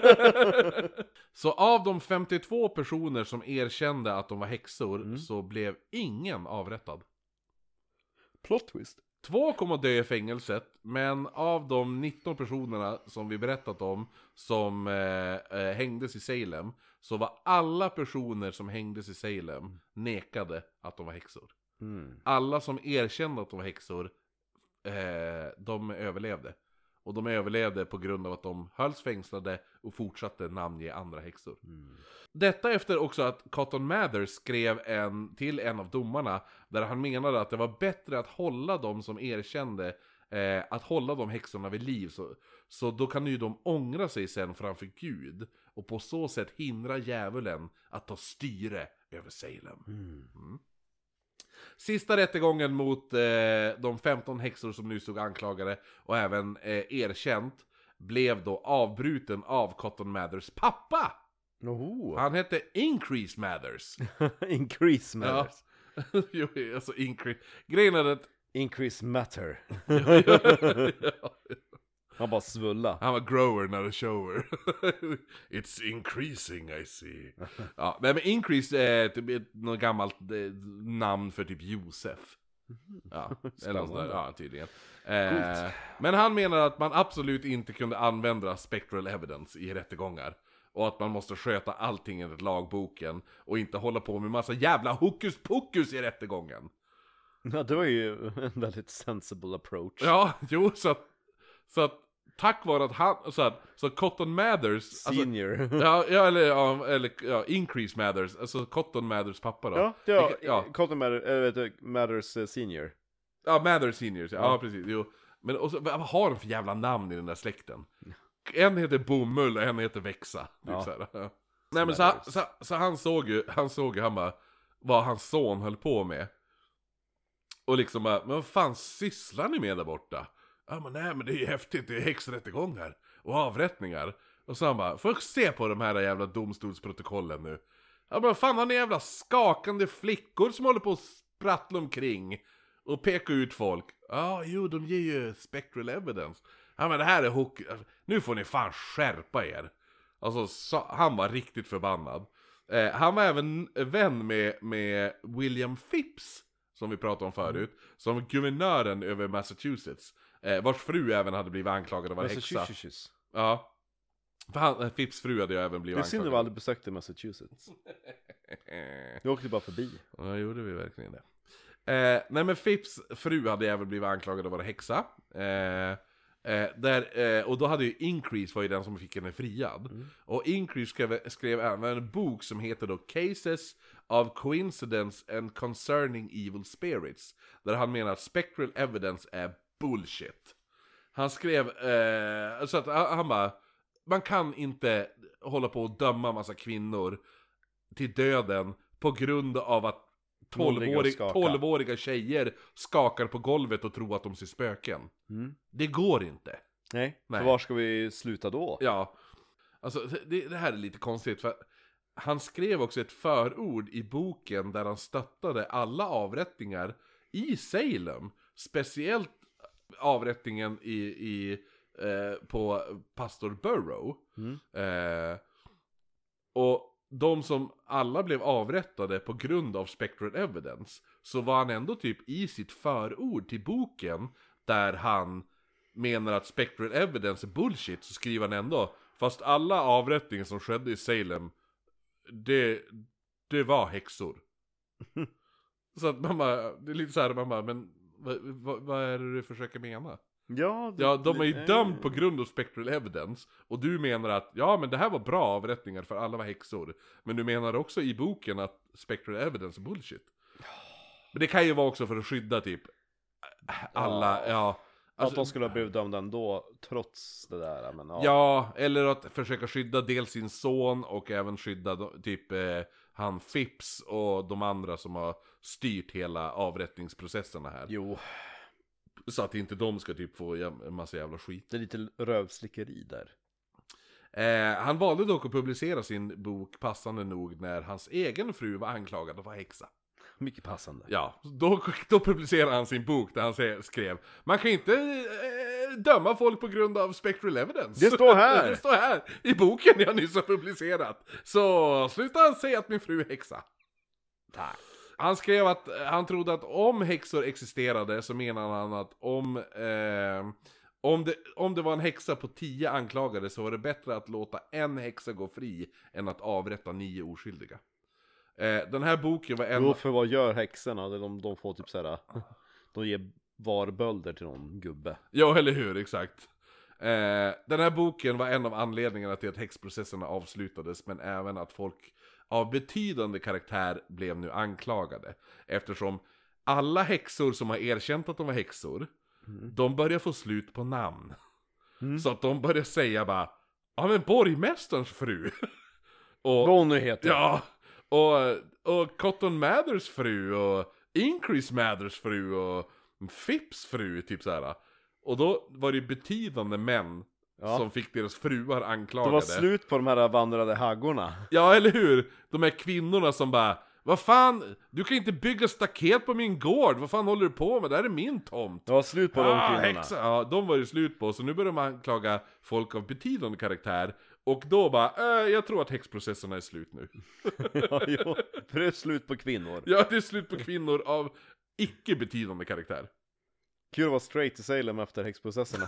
Så av de femtiotvå personer som erkände att de var häxor, Mm. så blev ingen avrättad. Plot twist. Två kom att dö i fängelset, men av de nitton personerna som vi berättat om som eh, eh, hängdes i Salem, så var alla personer som hängdes i Salem nekade att de var häxor. Mm. Alla som erkände att de var häxor, eh, de överlevde. Och de överlevde på grund av att de hölls fängslade och fortsatte namnge andra häxor. Mm. Detta efter också att Cotton Mather skrev en, till en av domarna, där han menade att det var bättre att hålla dem som erkände, eh, att hålla de häxorna vid liv, så, så då kan ju de ångra sig sen framför Gud, och på så sätt hindra djävulen att ta styre över Salem. Mm. Mm. Sista rättegången mot eh, de femton häxor som nu stod anklagade och även eh, erkänt blev då avbruten av Cotton Mathers pappa. Oho. Han hette Increase Mathers. Increase Mathers. Ja. Jo, alltså Increase. Grejen är att Increase matter. ja. Han bara svulla. Han var grower, not a shower. It's increasing, I see. Ja, nej, men increase är typ ett, något gammalt eh, namn för typ Josef. Ja, eller något där, ja, tydligen. Eh, men han menar att man absolut inte kunde använda spectral evidence i rättegångar. Och att man måste sköta allting enligt lagboken. Och inte hålla på med massa jävla hokus pokus i rättegången. Ja, det var ju en väldigt sensible approach. Ja, jo, så att, så att tack vare att han, så att, så Cotton Mathers Senior. Alltså, ja, ja, eller, ja, eller ja, Increase Mathers, alltså Cotton Mathers pappa då. Ja, ja, Vilka, ja. Cotton Mathers, äh, vet du, Mathers uh, Senior. Ja, Mathers Seniors, ja, ja. ja precis. Jo. Men och så, vad har de för jävla namn i den där släkten? En heter Bomull och en heter Växa. Typ Ja. så här. Ja. Nej men så, så, så han såg ju, han såg ju, han bara, vad hans son höll på med. Och liksom bara, men vad fan sysslar ni med där borta? Ja men nej men det är ju häftigt, det är häxrättegångar och avrättningar. Och så han bara, får jag se på de här jävla domstolsprotokollen nu? Ja men fan har ni jävla skakande flickor som håller på att sprattla omkring och peka ut folk? Ja jo de ger ju spectral evidence. Ja men det här är hook, nu får ni fan skärpa er. Alltså så, han var riktigt förbannad. eh, Han var även vän med, med William Phipps, som vi pratade om förut, som guvernören över Massachusetts, eh, vars fru även hade blivit anklagad av att vara häxa. Ja. För han, Phipps fru hade ju även blivit anklagad. Det är synd att vi aldrig besökte Massachusetts. Vi åkte bara förbi. Ja, gjorde vi verkligen det. eh, Nej men Phipps fru hade även blivit anklagad av att vara häxa. eh, eh, där, eh, Och då hade ju Increase var ju den som fick henne friad. mm. Och Increase skrev, skrev även en bok som heter då Cases of Coincidence and Concerning Evil Spirits, där han menar att spectral evidence är bullshit. Han skrev eh, så att han bara, man kan inte hålla på och döma massa kvinnor till döden på grund av att tolvåriga tjejer skakar på golvet och tror att de ser spöken. Mm. Det går inte. Nej, Nej. För var ska vi sluta då? Ja, alltså det, det här är lite konstigt, för han skrev också ett förord i boken där han stöttade alla avrättningar i Salem. Speciellt avrättningen i, i, eh, på pastor Burrow. Mm. Eh, och de som alla blev avrättade på grund av spectral evidence, så var han ändå typ i sitt förord till boken, där han menar att spectral evidence är bullshit, så skriver han ändå, fast alla avrättningar som skedde i Salem, det, det var häxor. Så att man bara, det är lite så här, man bara, men vad, vad, vad är det du försöker mena? Ja, det, ja, de är ju dömd på grund av spectral evidence. Och du menar att, ja men det här var bra avrättningar för alla var häxor. Men du menar också i boken att spectral evidence är bullshit. Men det kan ju vara också för att skydda typ alla, ja, ja alltså, att de skulle ha blivit dömda ändå trots det där, men ja. Ja, eller att försöka skydda dels sin son och även skydda typ eh, han Phipps och de andra som har styrt hela avrättningsprocesserna här. Jo. Så att inte de ska typ få en massa jävla skit. Det är lite rövslickeri där. Eh, han valde dock att publicera sin bok passande nog när hans egen fru var anklagad att vara häxa. Mycket passande. Ja, då, då publicerade han sin bok där han skrev: man kan inte eh, döma folk på grund av spectral evidence. Det står här! Det står här i boken jag nyss har publicerat. Så sluta han säga att min fru är häxa. Tack. Han skrev att han trodde att om häxor existerade, så menar han att om, eh, om, det, om det var en häxa på tio anklagade, så var det bättre att låta en häxa gå fri än att avrätta nio oskyldiga. Eh, den här boken var en... Jo, för vad gör häxorna? De, de får typ såhär, de ger varbölder till någon gubbe. Ja, eller hur, exakt. Eh, den här boken var en av anledningarna till att häxprocesserna avslutades, men även att folk av betydande karaktär blev nu anklagade. Eftersom alla häxor som har erkänt att de var häxor, mm. de börjar få slut på namn. Mm. Så att de börjar säga bara, ja men borgmästarens fru. Och, vad hon nu heter. Ja, och, och Cotton Mathers fru, och Increase Mathers fru, och Phipps fru, typ så här. Och då var det betydande män, ja, som fick deras fruar anklagade. Det var slut på de här vandrade haggorna. Ja, eller hur? De här kvinnorna som bara, Vad fan, du kan inte bygga staket på min gård. Vad fan håller du på med? Det här är min tomt. Det var slut på de Ah, kvinnorna. häxa. Ja, de var ju slut på. Så nu börjar man anklaga folk av betydande karaktär. Och då bara, äh, jag tror att häxprocesserna är slut nu. Ja, jo. För det är slut på kvinnor. Ja, det är slut på kvinnor av icke betydande karaktär. Kul att vara straight till Salem efter häxprocesserna.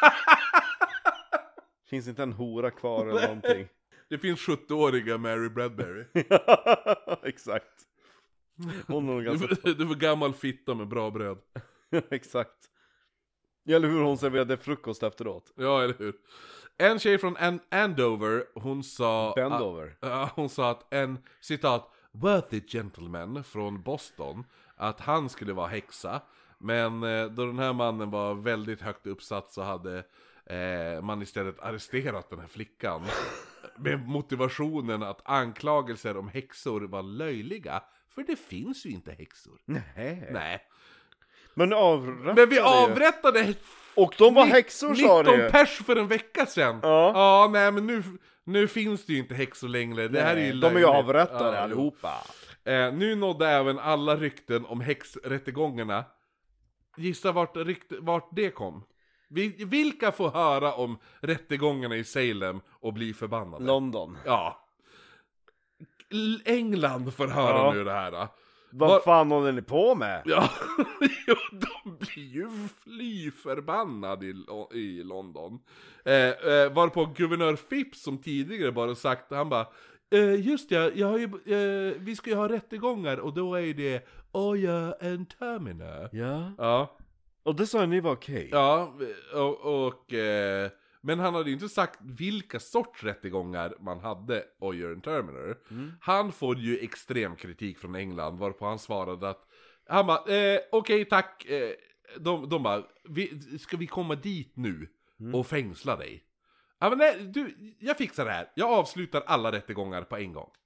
Finns inte en hora kvar eller någonting. Det finns sjuttioåriga Mary Bradbury. Exakt. Hon är nog Du ganska... var, du var gammal fitta med bra bröd. Exakt. Eller hur hon serverade frukost efteråt. Ja, eller hur? En tjej från An- Andover, hon sa... Bendover. Att, hon sa att en, citat, worthy gentleman från Boston, att han skulle vara häxa. Men eh, då den här mannen var väldigt högt uppsatt så hade eh, man istället arresterat den här flickan. Med motivationen att anklagelser om häxor var löjliga. För det finns ju inte häxor. Nej. Nej. Men avrättade Men vi ju. avrättade Och de var häxor sa det. nitton pers för en vecka sedan. Ja. Ja, nej men nu, nu finns det ju inte häxor längre. Det här är ju Nej, de är ju löjligt. avrättade Ja, allihopa. Eh, nu nådde även alla rykten om häxrättegångarna. Gissa vart, rykt, vart det kom. Vi, vilka får höra om rättegångarna i Salem och bli förbannade? London. Ja. L- England får höra Ja. nu det här. Då. Vad Var- fan håller ni på med? Ja, jo, de blir ju fly förbannade i, i London. Eh, eh, varpå guvernör Phipps som tidigare bara sagt, han bara eh, just ja, jag har ju, eh, vi ska ju ha rättegångar och då är det Oya and Termina. Ja. Ja, Och det sa ni var okej. ja, och, och eh, men han hade ju inte sagt vilka sorts rättegångar man hade Oya and Termina. Mm. Han får ju extrem kritik från England, varpå han svarade att han bara, eh, okej tack, eh, de, de bara, vi, ska vi komma dit nu och fängsla dig? Ja men nej, du, jag fixar det här, jag avslutar alla rättegångar på en gång.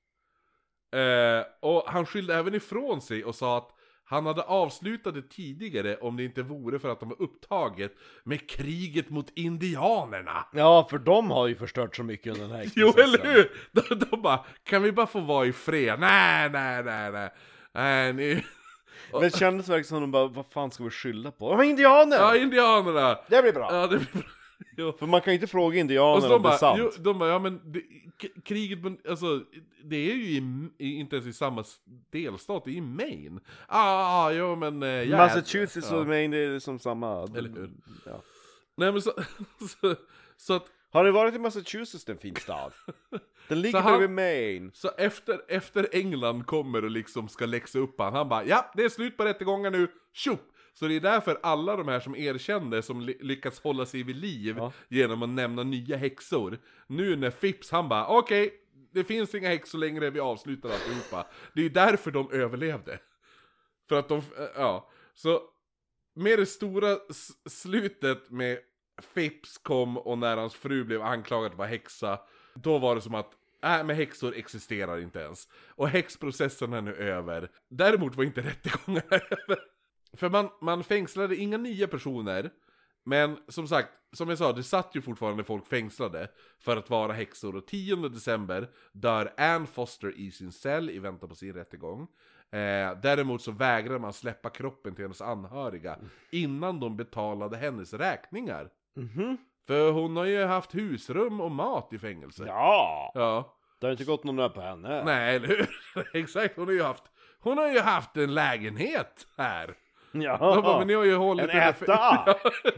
Eh, och han skyllde även ifrån sig och sa att han hade avslutat det tidigare om det inte vore för att de var upptaget med kriget mot indianerna. Ja, för de har ju förstört så mycket under den här Jo, processen. eller hur? De, de bara, kan vi bara få vara i fred? Nej, nej, nej, nej. Nej, ni... Men det kändes verkligen som de bara, vad fan ska vi skylla på? De är indianer! Ja, indianerna! Det blir bra! Ja, det blir bra. Jo. För man kan ju inte fråga Och indianer så om de det är bara, sant. jo, de bara, ja men det, k- kriget, på- alltså, det är ju i, i, inte ens i samma s- delstat, det är i Maine. Ah, ah jo men... Eh, ja, Massachusetts ja. och Maine är liksom samma. Eller hur? Ja. Nej men så, så, så att, Har ni varit i Massachusetts, en fin stad? Den ligger Så han- bredvid Maine. så efter, efter England kommer och liksom ska läxa upp han, han bara, ja det är slut på rättegången nu, tjopp! Så det är därför alla de här som erkände som ly- lyckats hålla sig vid liv Ja. genom att nämna nya häxor. Nu när Phipps, han bara, okej, det finns inga häxor längre, vi avslutar alltihopa. Det är ju därför de överlevde. För att de, ja. Så med det stora s- slutet med Phipps kom och när hans fru blev anklagad att vara häxa, då var det som att äh, men häxor existerar inte ens. Och häxprocessen är nu över. Däremot var inte rättegångarna över. För man, man fängslade inga nya personer. Men som sagt, som jag sa, det satt ju fortfarande folk fängslade för att vara häxor. Och tionde december dör Anne Foster i sin cell i väntan på sin rättegång. Eh, däremot så vägrar man släppa kroppen till hennes anhöriga innan de betalade hennes räkningar. Mhm. För hon har ju haft husrum och mat i fängelse. Ja! Ja. Det har inte gått någon där på henne. Nej, eller hur? Exakt, hon har ju haft Hon har ju haft en lägenhet här. Ja. De bara, men ni har ju hållit En henne- etta!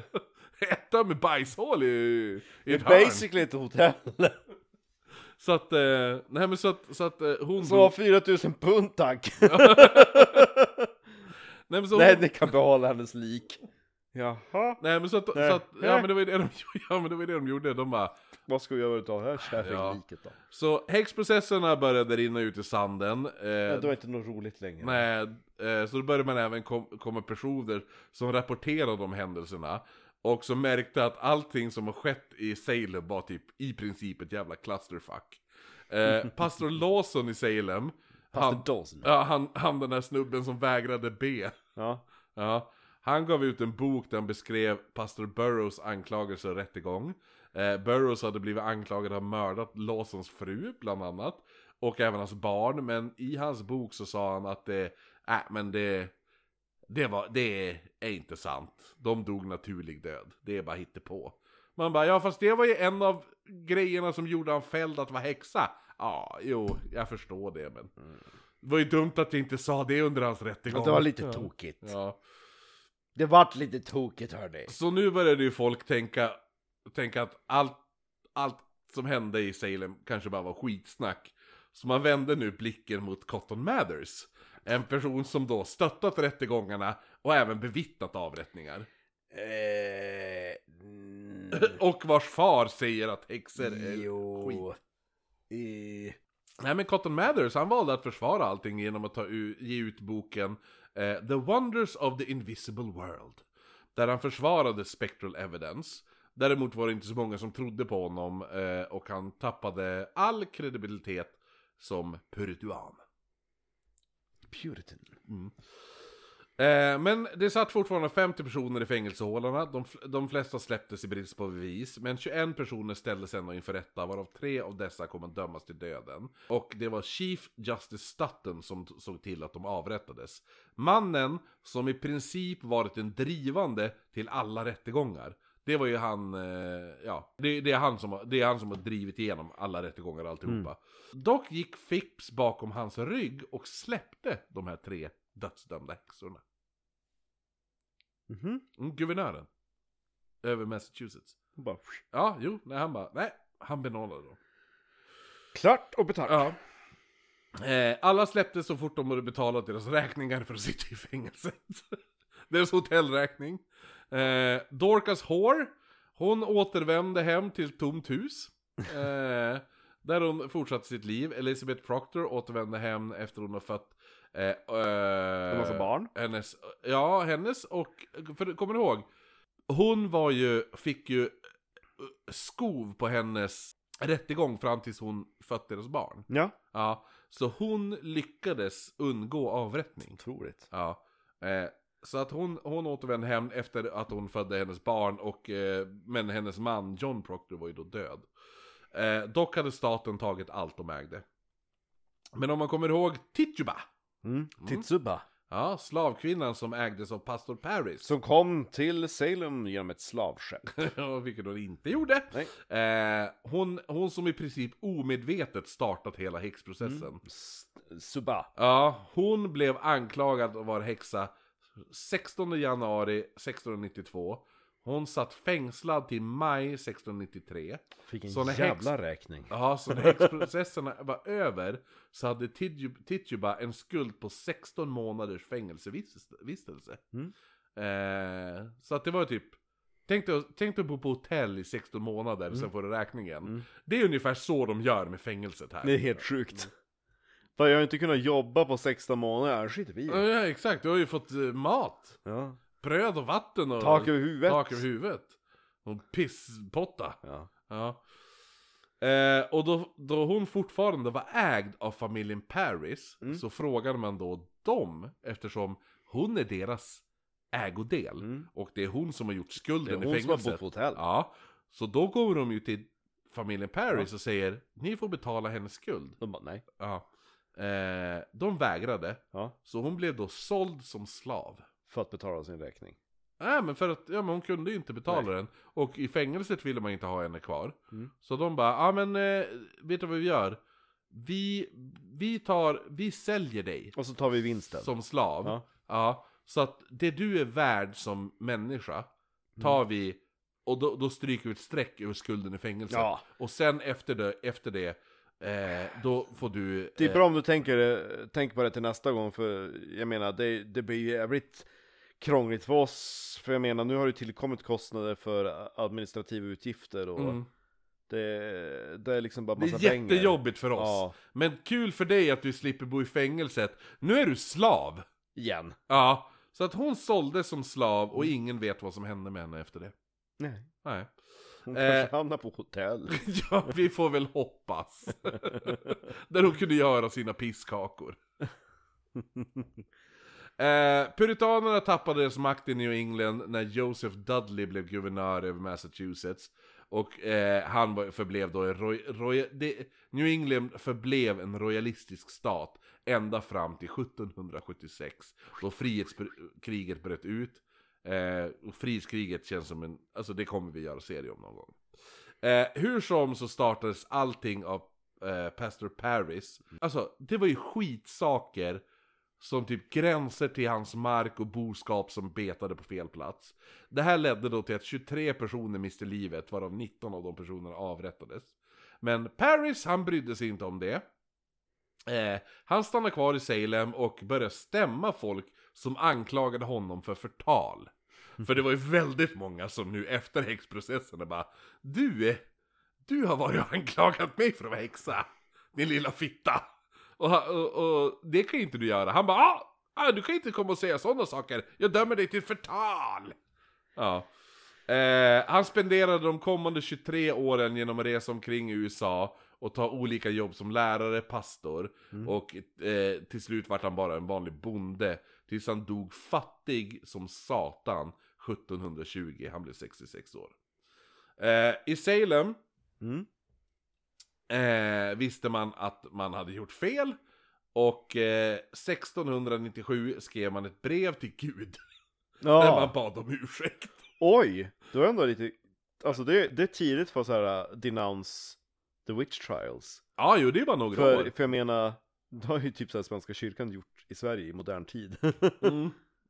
Etta med bajshål i, i Det är ett hörn. basically ett hotell. Så att, eh, nej men så att, så att eh, hon Så fyra tusen pund tack. nej, men så Nej, hon, det kan behålla hennes lik. Jaha. nej men så att, Nej. så att ja men det var ju det de, ja, men det var ju det de gjorde, de bara. Vad ska vi göra utav det här kärringliket då? Så häxprocesserna började rinna ut i sanden. Eh, Ja, det var inte något roligt längre. nej, eh, så då började man även kom, komma personer som rapporterade om händelserna. Och som märkte att allting som har skett i Salem var typ i princip ett jävla clusterfuck. Eh, pastor Lawson i Salem, Pastor han, Dawson. ja, han, han den där snubben som vägrade be. Ja. Ja, han gav ut en bok där han beskrev pastor Burroughs anklagelser och rättegång. Eh, Burroughs hade blivit anklagad av mördat Lawsons fru, bland annat. och även hans barn. Men i hans bok så sa han att det, äh, men det, det, var, det är inte sant. De dog naturlig död. Det är bara hittepå. Man bara, ja fast det var ju en av grejerna som gjorde han fälld att vara häxa. Ja, jo, jag förstår det, men mm. det var ju dumt att jag inte sa det under hans rättegång. Det var lite ja. tokigt. Ja. Det vart lite tokigt, hörde. Så nu började ju folk tänka, tänka att allt, allt som hände i Salem kanske bara var skitsnack. Så man vände nu blicken mot Cotton Mathers. En person som då stöttat rättegångarna och även bevittnat avrättningar. Eh, mm. Och vars far säger att häxor är jo. skit. I... Nej, men Cotton Mathers, han valde att försvara allting genom att ta u- ge ut boken eh, The Wonders of the Invisible World. Där han försvarade spectral evidence. Däremot var det inte så många som trodde på honom eh, och han tappade all kredibilitet som purituan. Puritan. Mm. Eh, men det satt fortfarande femtio personer i fängelsehålarna. De, de flesta släpptes i brist på bevis. Men tjugoen personer ställdes ändå inför rätta, varav tre av dessa kom att dömas till döden. Och det var Chief Justice Stutton som t- såg till att de avrättades. Mannen som i princip varit en drivande till alla rättegångar. Det var ju han, eh, ja, det, det, är han som, det är han som har drivit igenom alla rättegångar och alltihopa. Mm. Dock gick Phipps bakom hans rygg och släppte de här tre dödsdömda häxorna. Mm-hmm. Mm, guvernören. Över Massachusetts. Bara... Ja, jo, nej, han bara, nej, han benådade dem. Klart och betalt. Ja. Eh, alla släpptes så fort de hade betalat deras räkningar för att sitta i fängelset. Deras hotellräkning. Eh, Dorcas Hoare, hon återvände hem till tomt hus. Eh, där hon fortsatte sitt liv. Elizabeth Proctor återvände hem efter hon har fött eh, eh, en massa barn. Hennes, ja, hennes och, för, kommer du ihåg? Hon var ju, fick ju skov på hennes rättegång fram tills hon fött deras barn. Ja. Ja, så hon lyckades undgå avrättning. Otroligt. Ja, eh, så att hon, hon återvände hem efter att hon födde hennes barn och, eh, men hennes man John Proctor var ju då död. Eh, dock hade staten tagit allt de ägde. Men om man kommer ihåg Tituba. Mm, Tituba. Mm. Ja, slavkvinnan som ägdes av pastor Paris. Som kom till Salem genom ett slavskepp. Vilket hon inte gjorde. Nej. Eh, hon, hon som i princip omedvetet startat hela häxprocessen. Mm. S- Suba. Ja, hon blev anklagad att vara häxa sextonde januari sextonhundranittiotvå. Hon satt fängslad till maj sextonhundranittiotre. Fick en så när jävla häx... räkning. Ja, så när häxprocessen var över så hade Tituba en skuld på sexton månaders fängelsevistelse. Mm. Eh, så att det var typ... Tänk dig, tänk dig bo på hotell i sexton månader, mm. sen får du räkningen. Mm. Det är ungefär så de gör med fängelset här. Det är helt sjukt. För jag har inte kunnat jobba på sexton månader, skiter vi. Ja, exakt. Du har ju fått uh, mat. Ja. Bröd och vatten och... Tak över huvudet. Tak över huvudet. Och pisspotta. Ja. Ja. Eh, och då, då hon fortfarande var ägd av familjen Paris, mm. så frågar man då dem, eftersom hon är deras ägodel. Mm. Och det är hon som har gjort skulden i fängelset. Det är hon som har bott på hotell. Ja. Så då går de ju till familjen Paris, ja, och säger, ni får betala hennes skuld. De bara, nej. Ja. Eh, de vägrade. Ja. Så hon blev då såld som slav. För att betala sin räkning. Nej, men för att, ja, men hon kunde ju inte betala Nej. den. Och i fängelset ville man inte ha henne kvar. Mm. Så de bara, ja men, eh, vet du vad vi gör? Vi, vi tar, vi säljer dig. Och så tar vi vinsten. Som slav. Ja. Ja, så att det du är värd som människa tar mm. vi, och då, då stryker vi ett streck över skulden i fängelset. Ja. Och sen efter det, efter det Eh, då får du... Eh... Det är bra om du tänker, tänker på det till nästa gång, för jag menar, det, det blir jävligt krångligt för oss, för jag menar, nu har det tillkommit kostnader för administrativa utgifter och mm. det, det är liksom bara massa pengar. Det är jättejobbigt för oss. Ja. Men kul för dig att du slipper bo i fängelset. Nu är du slav. Igen. Ja, så att hon sålde som slav och ingen vet vad som hände med henne efter det. Nej. Nej. Hon kanske eh, hamnar på hotell. Ja, vi får väl hoppas. Där hon kunde göra sina pisskakor. eh, Puritanerna tappade deras makt i New England när Joseph Dudley blev guvernör över Massachusetts. Och eh, han var, förblev då en roy, roy, det, New England förblev en royalistisk stat ända fram till sjuttonhundrasjuttiosex, då frihetskriget bröt ut. Eh, och frihetskriget känns som en, alltså det kommer vi göra serie om någon gång. Eh, hur som så startades allting av eh, Pastor Paris. Alltså det var ju skitsaker som typ gränser till hans mark och boskap som betade på fel plats. Det här ledde då till att tjugotre personer miste livet, varav nitton av de personerna avrättades. Men Paris, han brydde sig inte om det. Eh, han stannade kvar i Salem och började stämma folk som anklagade honom för förtal. För det var ju väldigt många som nu efter häxprocessen bara: Du, du har varit och anklagat mig för att vara häxa, din lilla fitta. Och, och, och det kan inte du göra. Han bara, ah, ah, du kan inte komma och säga sådana saker. Jag dömer dig till förtal. Ja. Eh, han spenderade de kommande tjugotre åren genom att resa omkring i U S A och ta olika jobb som lärare, pastor. Mm. Och eh, till slut var han bara en vanlig bonde, tills han dog fattig som satan sjuttonhundratjugo. Han blev sextiosex år. Eh, I Salem mm. eh, visste man att man hade gjort fel. Och eh, sextonhundranittiosju skrev man ett brev till Gud. Ja. Där man bad om ursäkt. Oj, då är ändå lite... Alltså det, det är tidigt för så här uh, denounce the witch trials. Ja, jo, det var några för, år. För jag menar, det har ju typ så här Svenska kyrkan gjort i Sverige i modern tid. mm.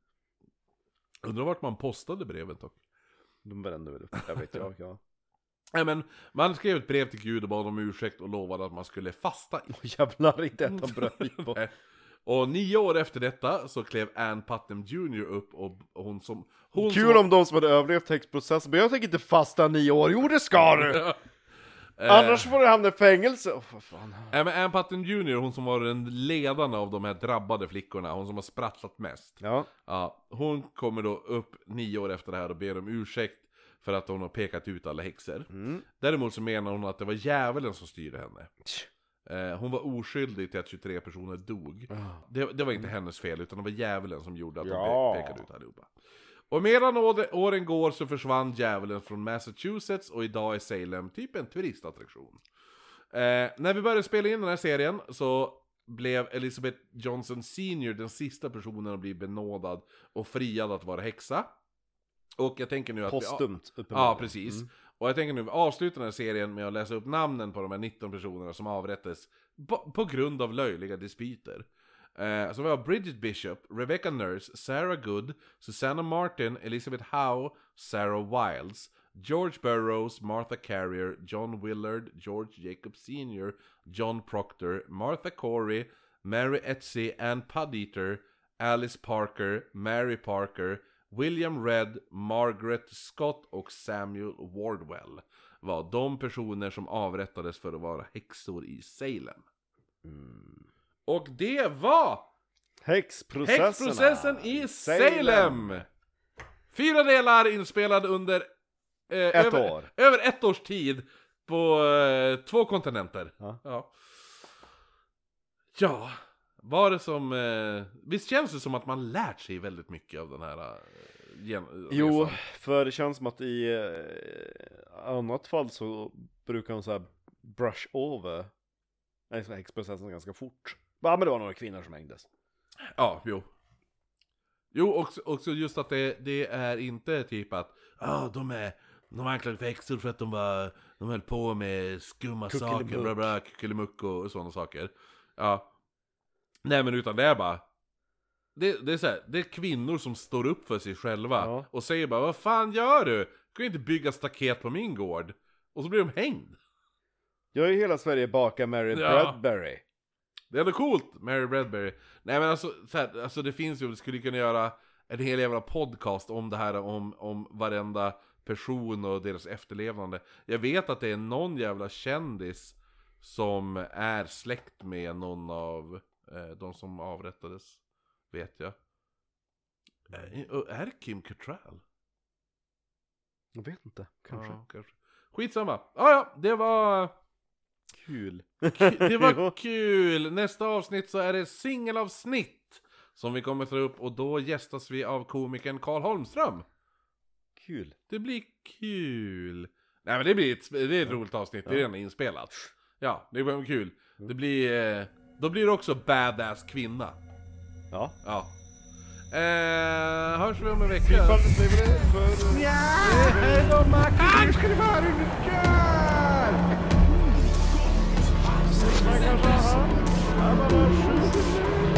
Undrar vart man postade brevet dock. De brände väl upp, jag vet jag, ja. Nej, men man skrev ett brev till Gud och bad om ursäkt och lovade att man skulle fasta. Åh, jävlar, inte äta bröd på. Och nio år efter detta så klev Ann Putnam junior upp och, och hon som... Hon Kul som... om de som hade överlevt häxprocessen, men jag tänker inte fasta nio år. Jo, det ska du! Annars får du hamna i fängelse. Oh, vad fan. Äh, men Ann Putnam junior, hon som var den ledande av de här drabbade flickorna, hon som har sprattlat mest. Ja. Ja, hon kommer då upp nio år efter det här och ber om ursäkt för att hon har pekat ut alla häxor. Mm. Däremot så menar hon att det var djävulen som styrde henne. Eh, hon var oskyldig till att tjugotre personer dog. Oh. Det, det var inte hennes fel, utan det var djävulen som gjorde att ja. hon pekade ut allihopa. Och medan åren går så försvann djävulen från Massachusetts, och idag är Salem typ en turistattraktion. Eh, när vi började spela in den här serien så blev Elizabeth Johnson senior den sista personen att bli benådad och friad att vara häxa. Och jag tänker nu att Postumt, vi, ja, precis. Mm. Och jag tänker nu avsluta den här serien med att läsa upp namnen på de här nitton personerna som avrättades på, på grund av löjliga dispyter. Eh, så vi har Bridget Bishop, Rebecca Nurse, Sarah Good, Susanna Martin, Elizabeth Howe, Sarah Wiles, George Burroughs, Martha Carrier, John Willard, George Jacob senior, John Proctor, Martha Corey, Mary Etsy, Ann Pudeater, Alice Parker, Mary Parker, William Redd, Margaret Scott och Samuel Wardwell var de personer som avrättades för att vara häxor i Salem. Mm. Och det var häxprocessen i Salem. Salem. Fyra delar inspelade under eh, ett över, år. över ett års tid på eh, två kontinenter. Ja. Ja. Ja. Var det som... Eh, visst känns det som att man lärt sig väldigt mycket av den här... Eh, gen- jo, för det känns som att i eh, annat fall så brukar man så här brush over häxprocessen ganska fort. Ja, men det var några kvinnor som hängdes. Ja, jo. Jo, också, också just att det, det är inte typ att ah, de är... De anklagade för häxor för att de var... De höll på med skumma saker, bla bla, kuckelimuck och sådana saker. Ja. Nej, men utan det är bara det, det är så här, det är kvinnor som står upp för sig själva. Ja. Och säger bara, vad fan gör du? Du kan ju inte bygga staket på min gård. Och så blir de hängd. Jag är i hela Sverige baka Mary ja. Bradbury. Det är ändå coolt, Mary Bradbury. Nej, men alltså, så här, alltså det finns ju, vi skulle kunna göra en hel jävla podcast om det här, om, om varenda person och deras efterlevande. Jag vet att det är någon jävla kändis som är släkt med någon av de som avrättades, vet jag. Är det Kim Cattrall? Jag vet inte, kanske. Ja, kanske. Skitsamma. Ah, ja, det var kul. Det var kul. Nästa avsnitt så är det singelavsnitt som vi kommer ta upp, och då gästas vi av komikern Karl Holmström. Kul. Det blir kul. Nej men det blir ett, det är ett roligt avsnitt, det är redan inspelat. Ja, det blir kul. Det blir, eh, då blir det också badass kvinna. Ja. Ja. Eh, hörs vi om en vecka? Fy fan, det blir det för... Ja! Hej då Max! Nu ska ni få höra hur vi kör! Man kanske har... Ja, man har sju...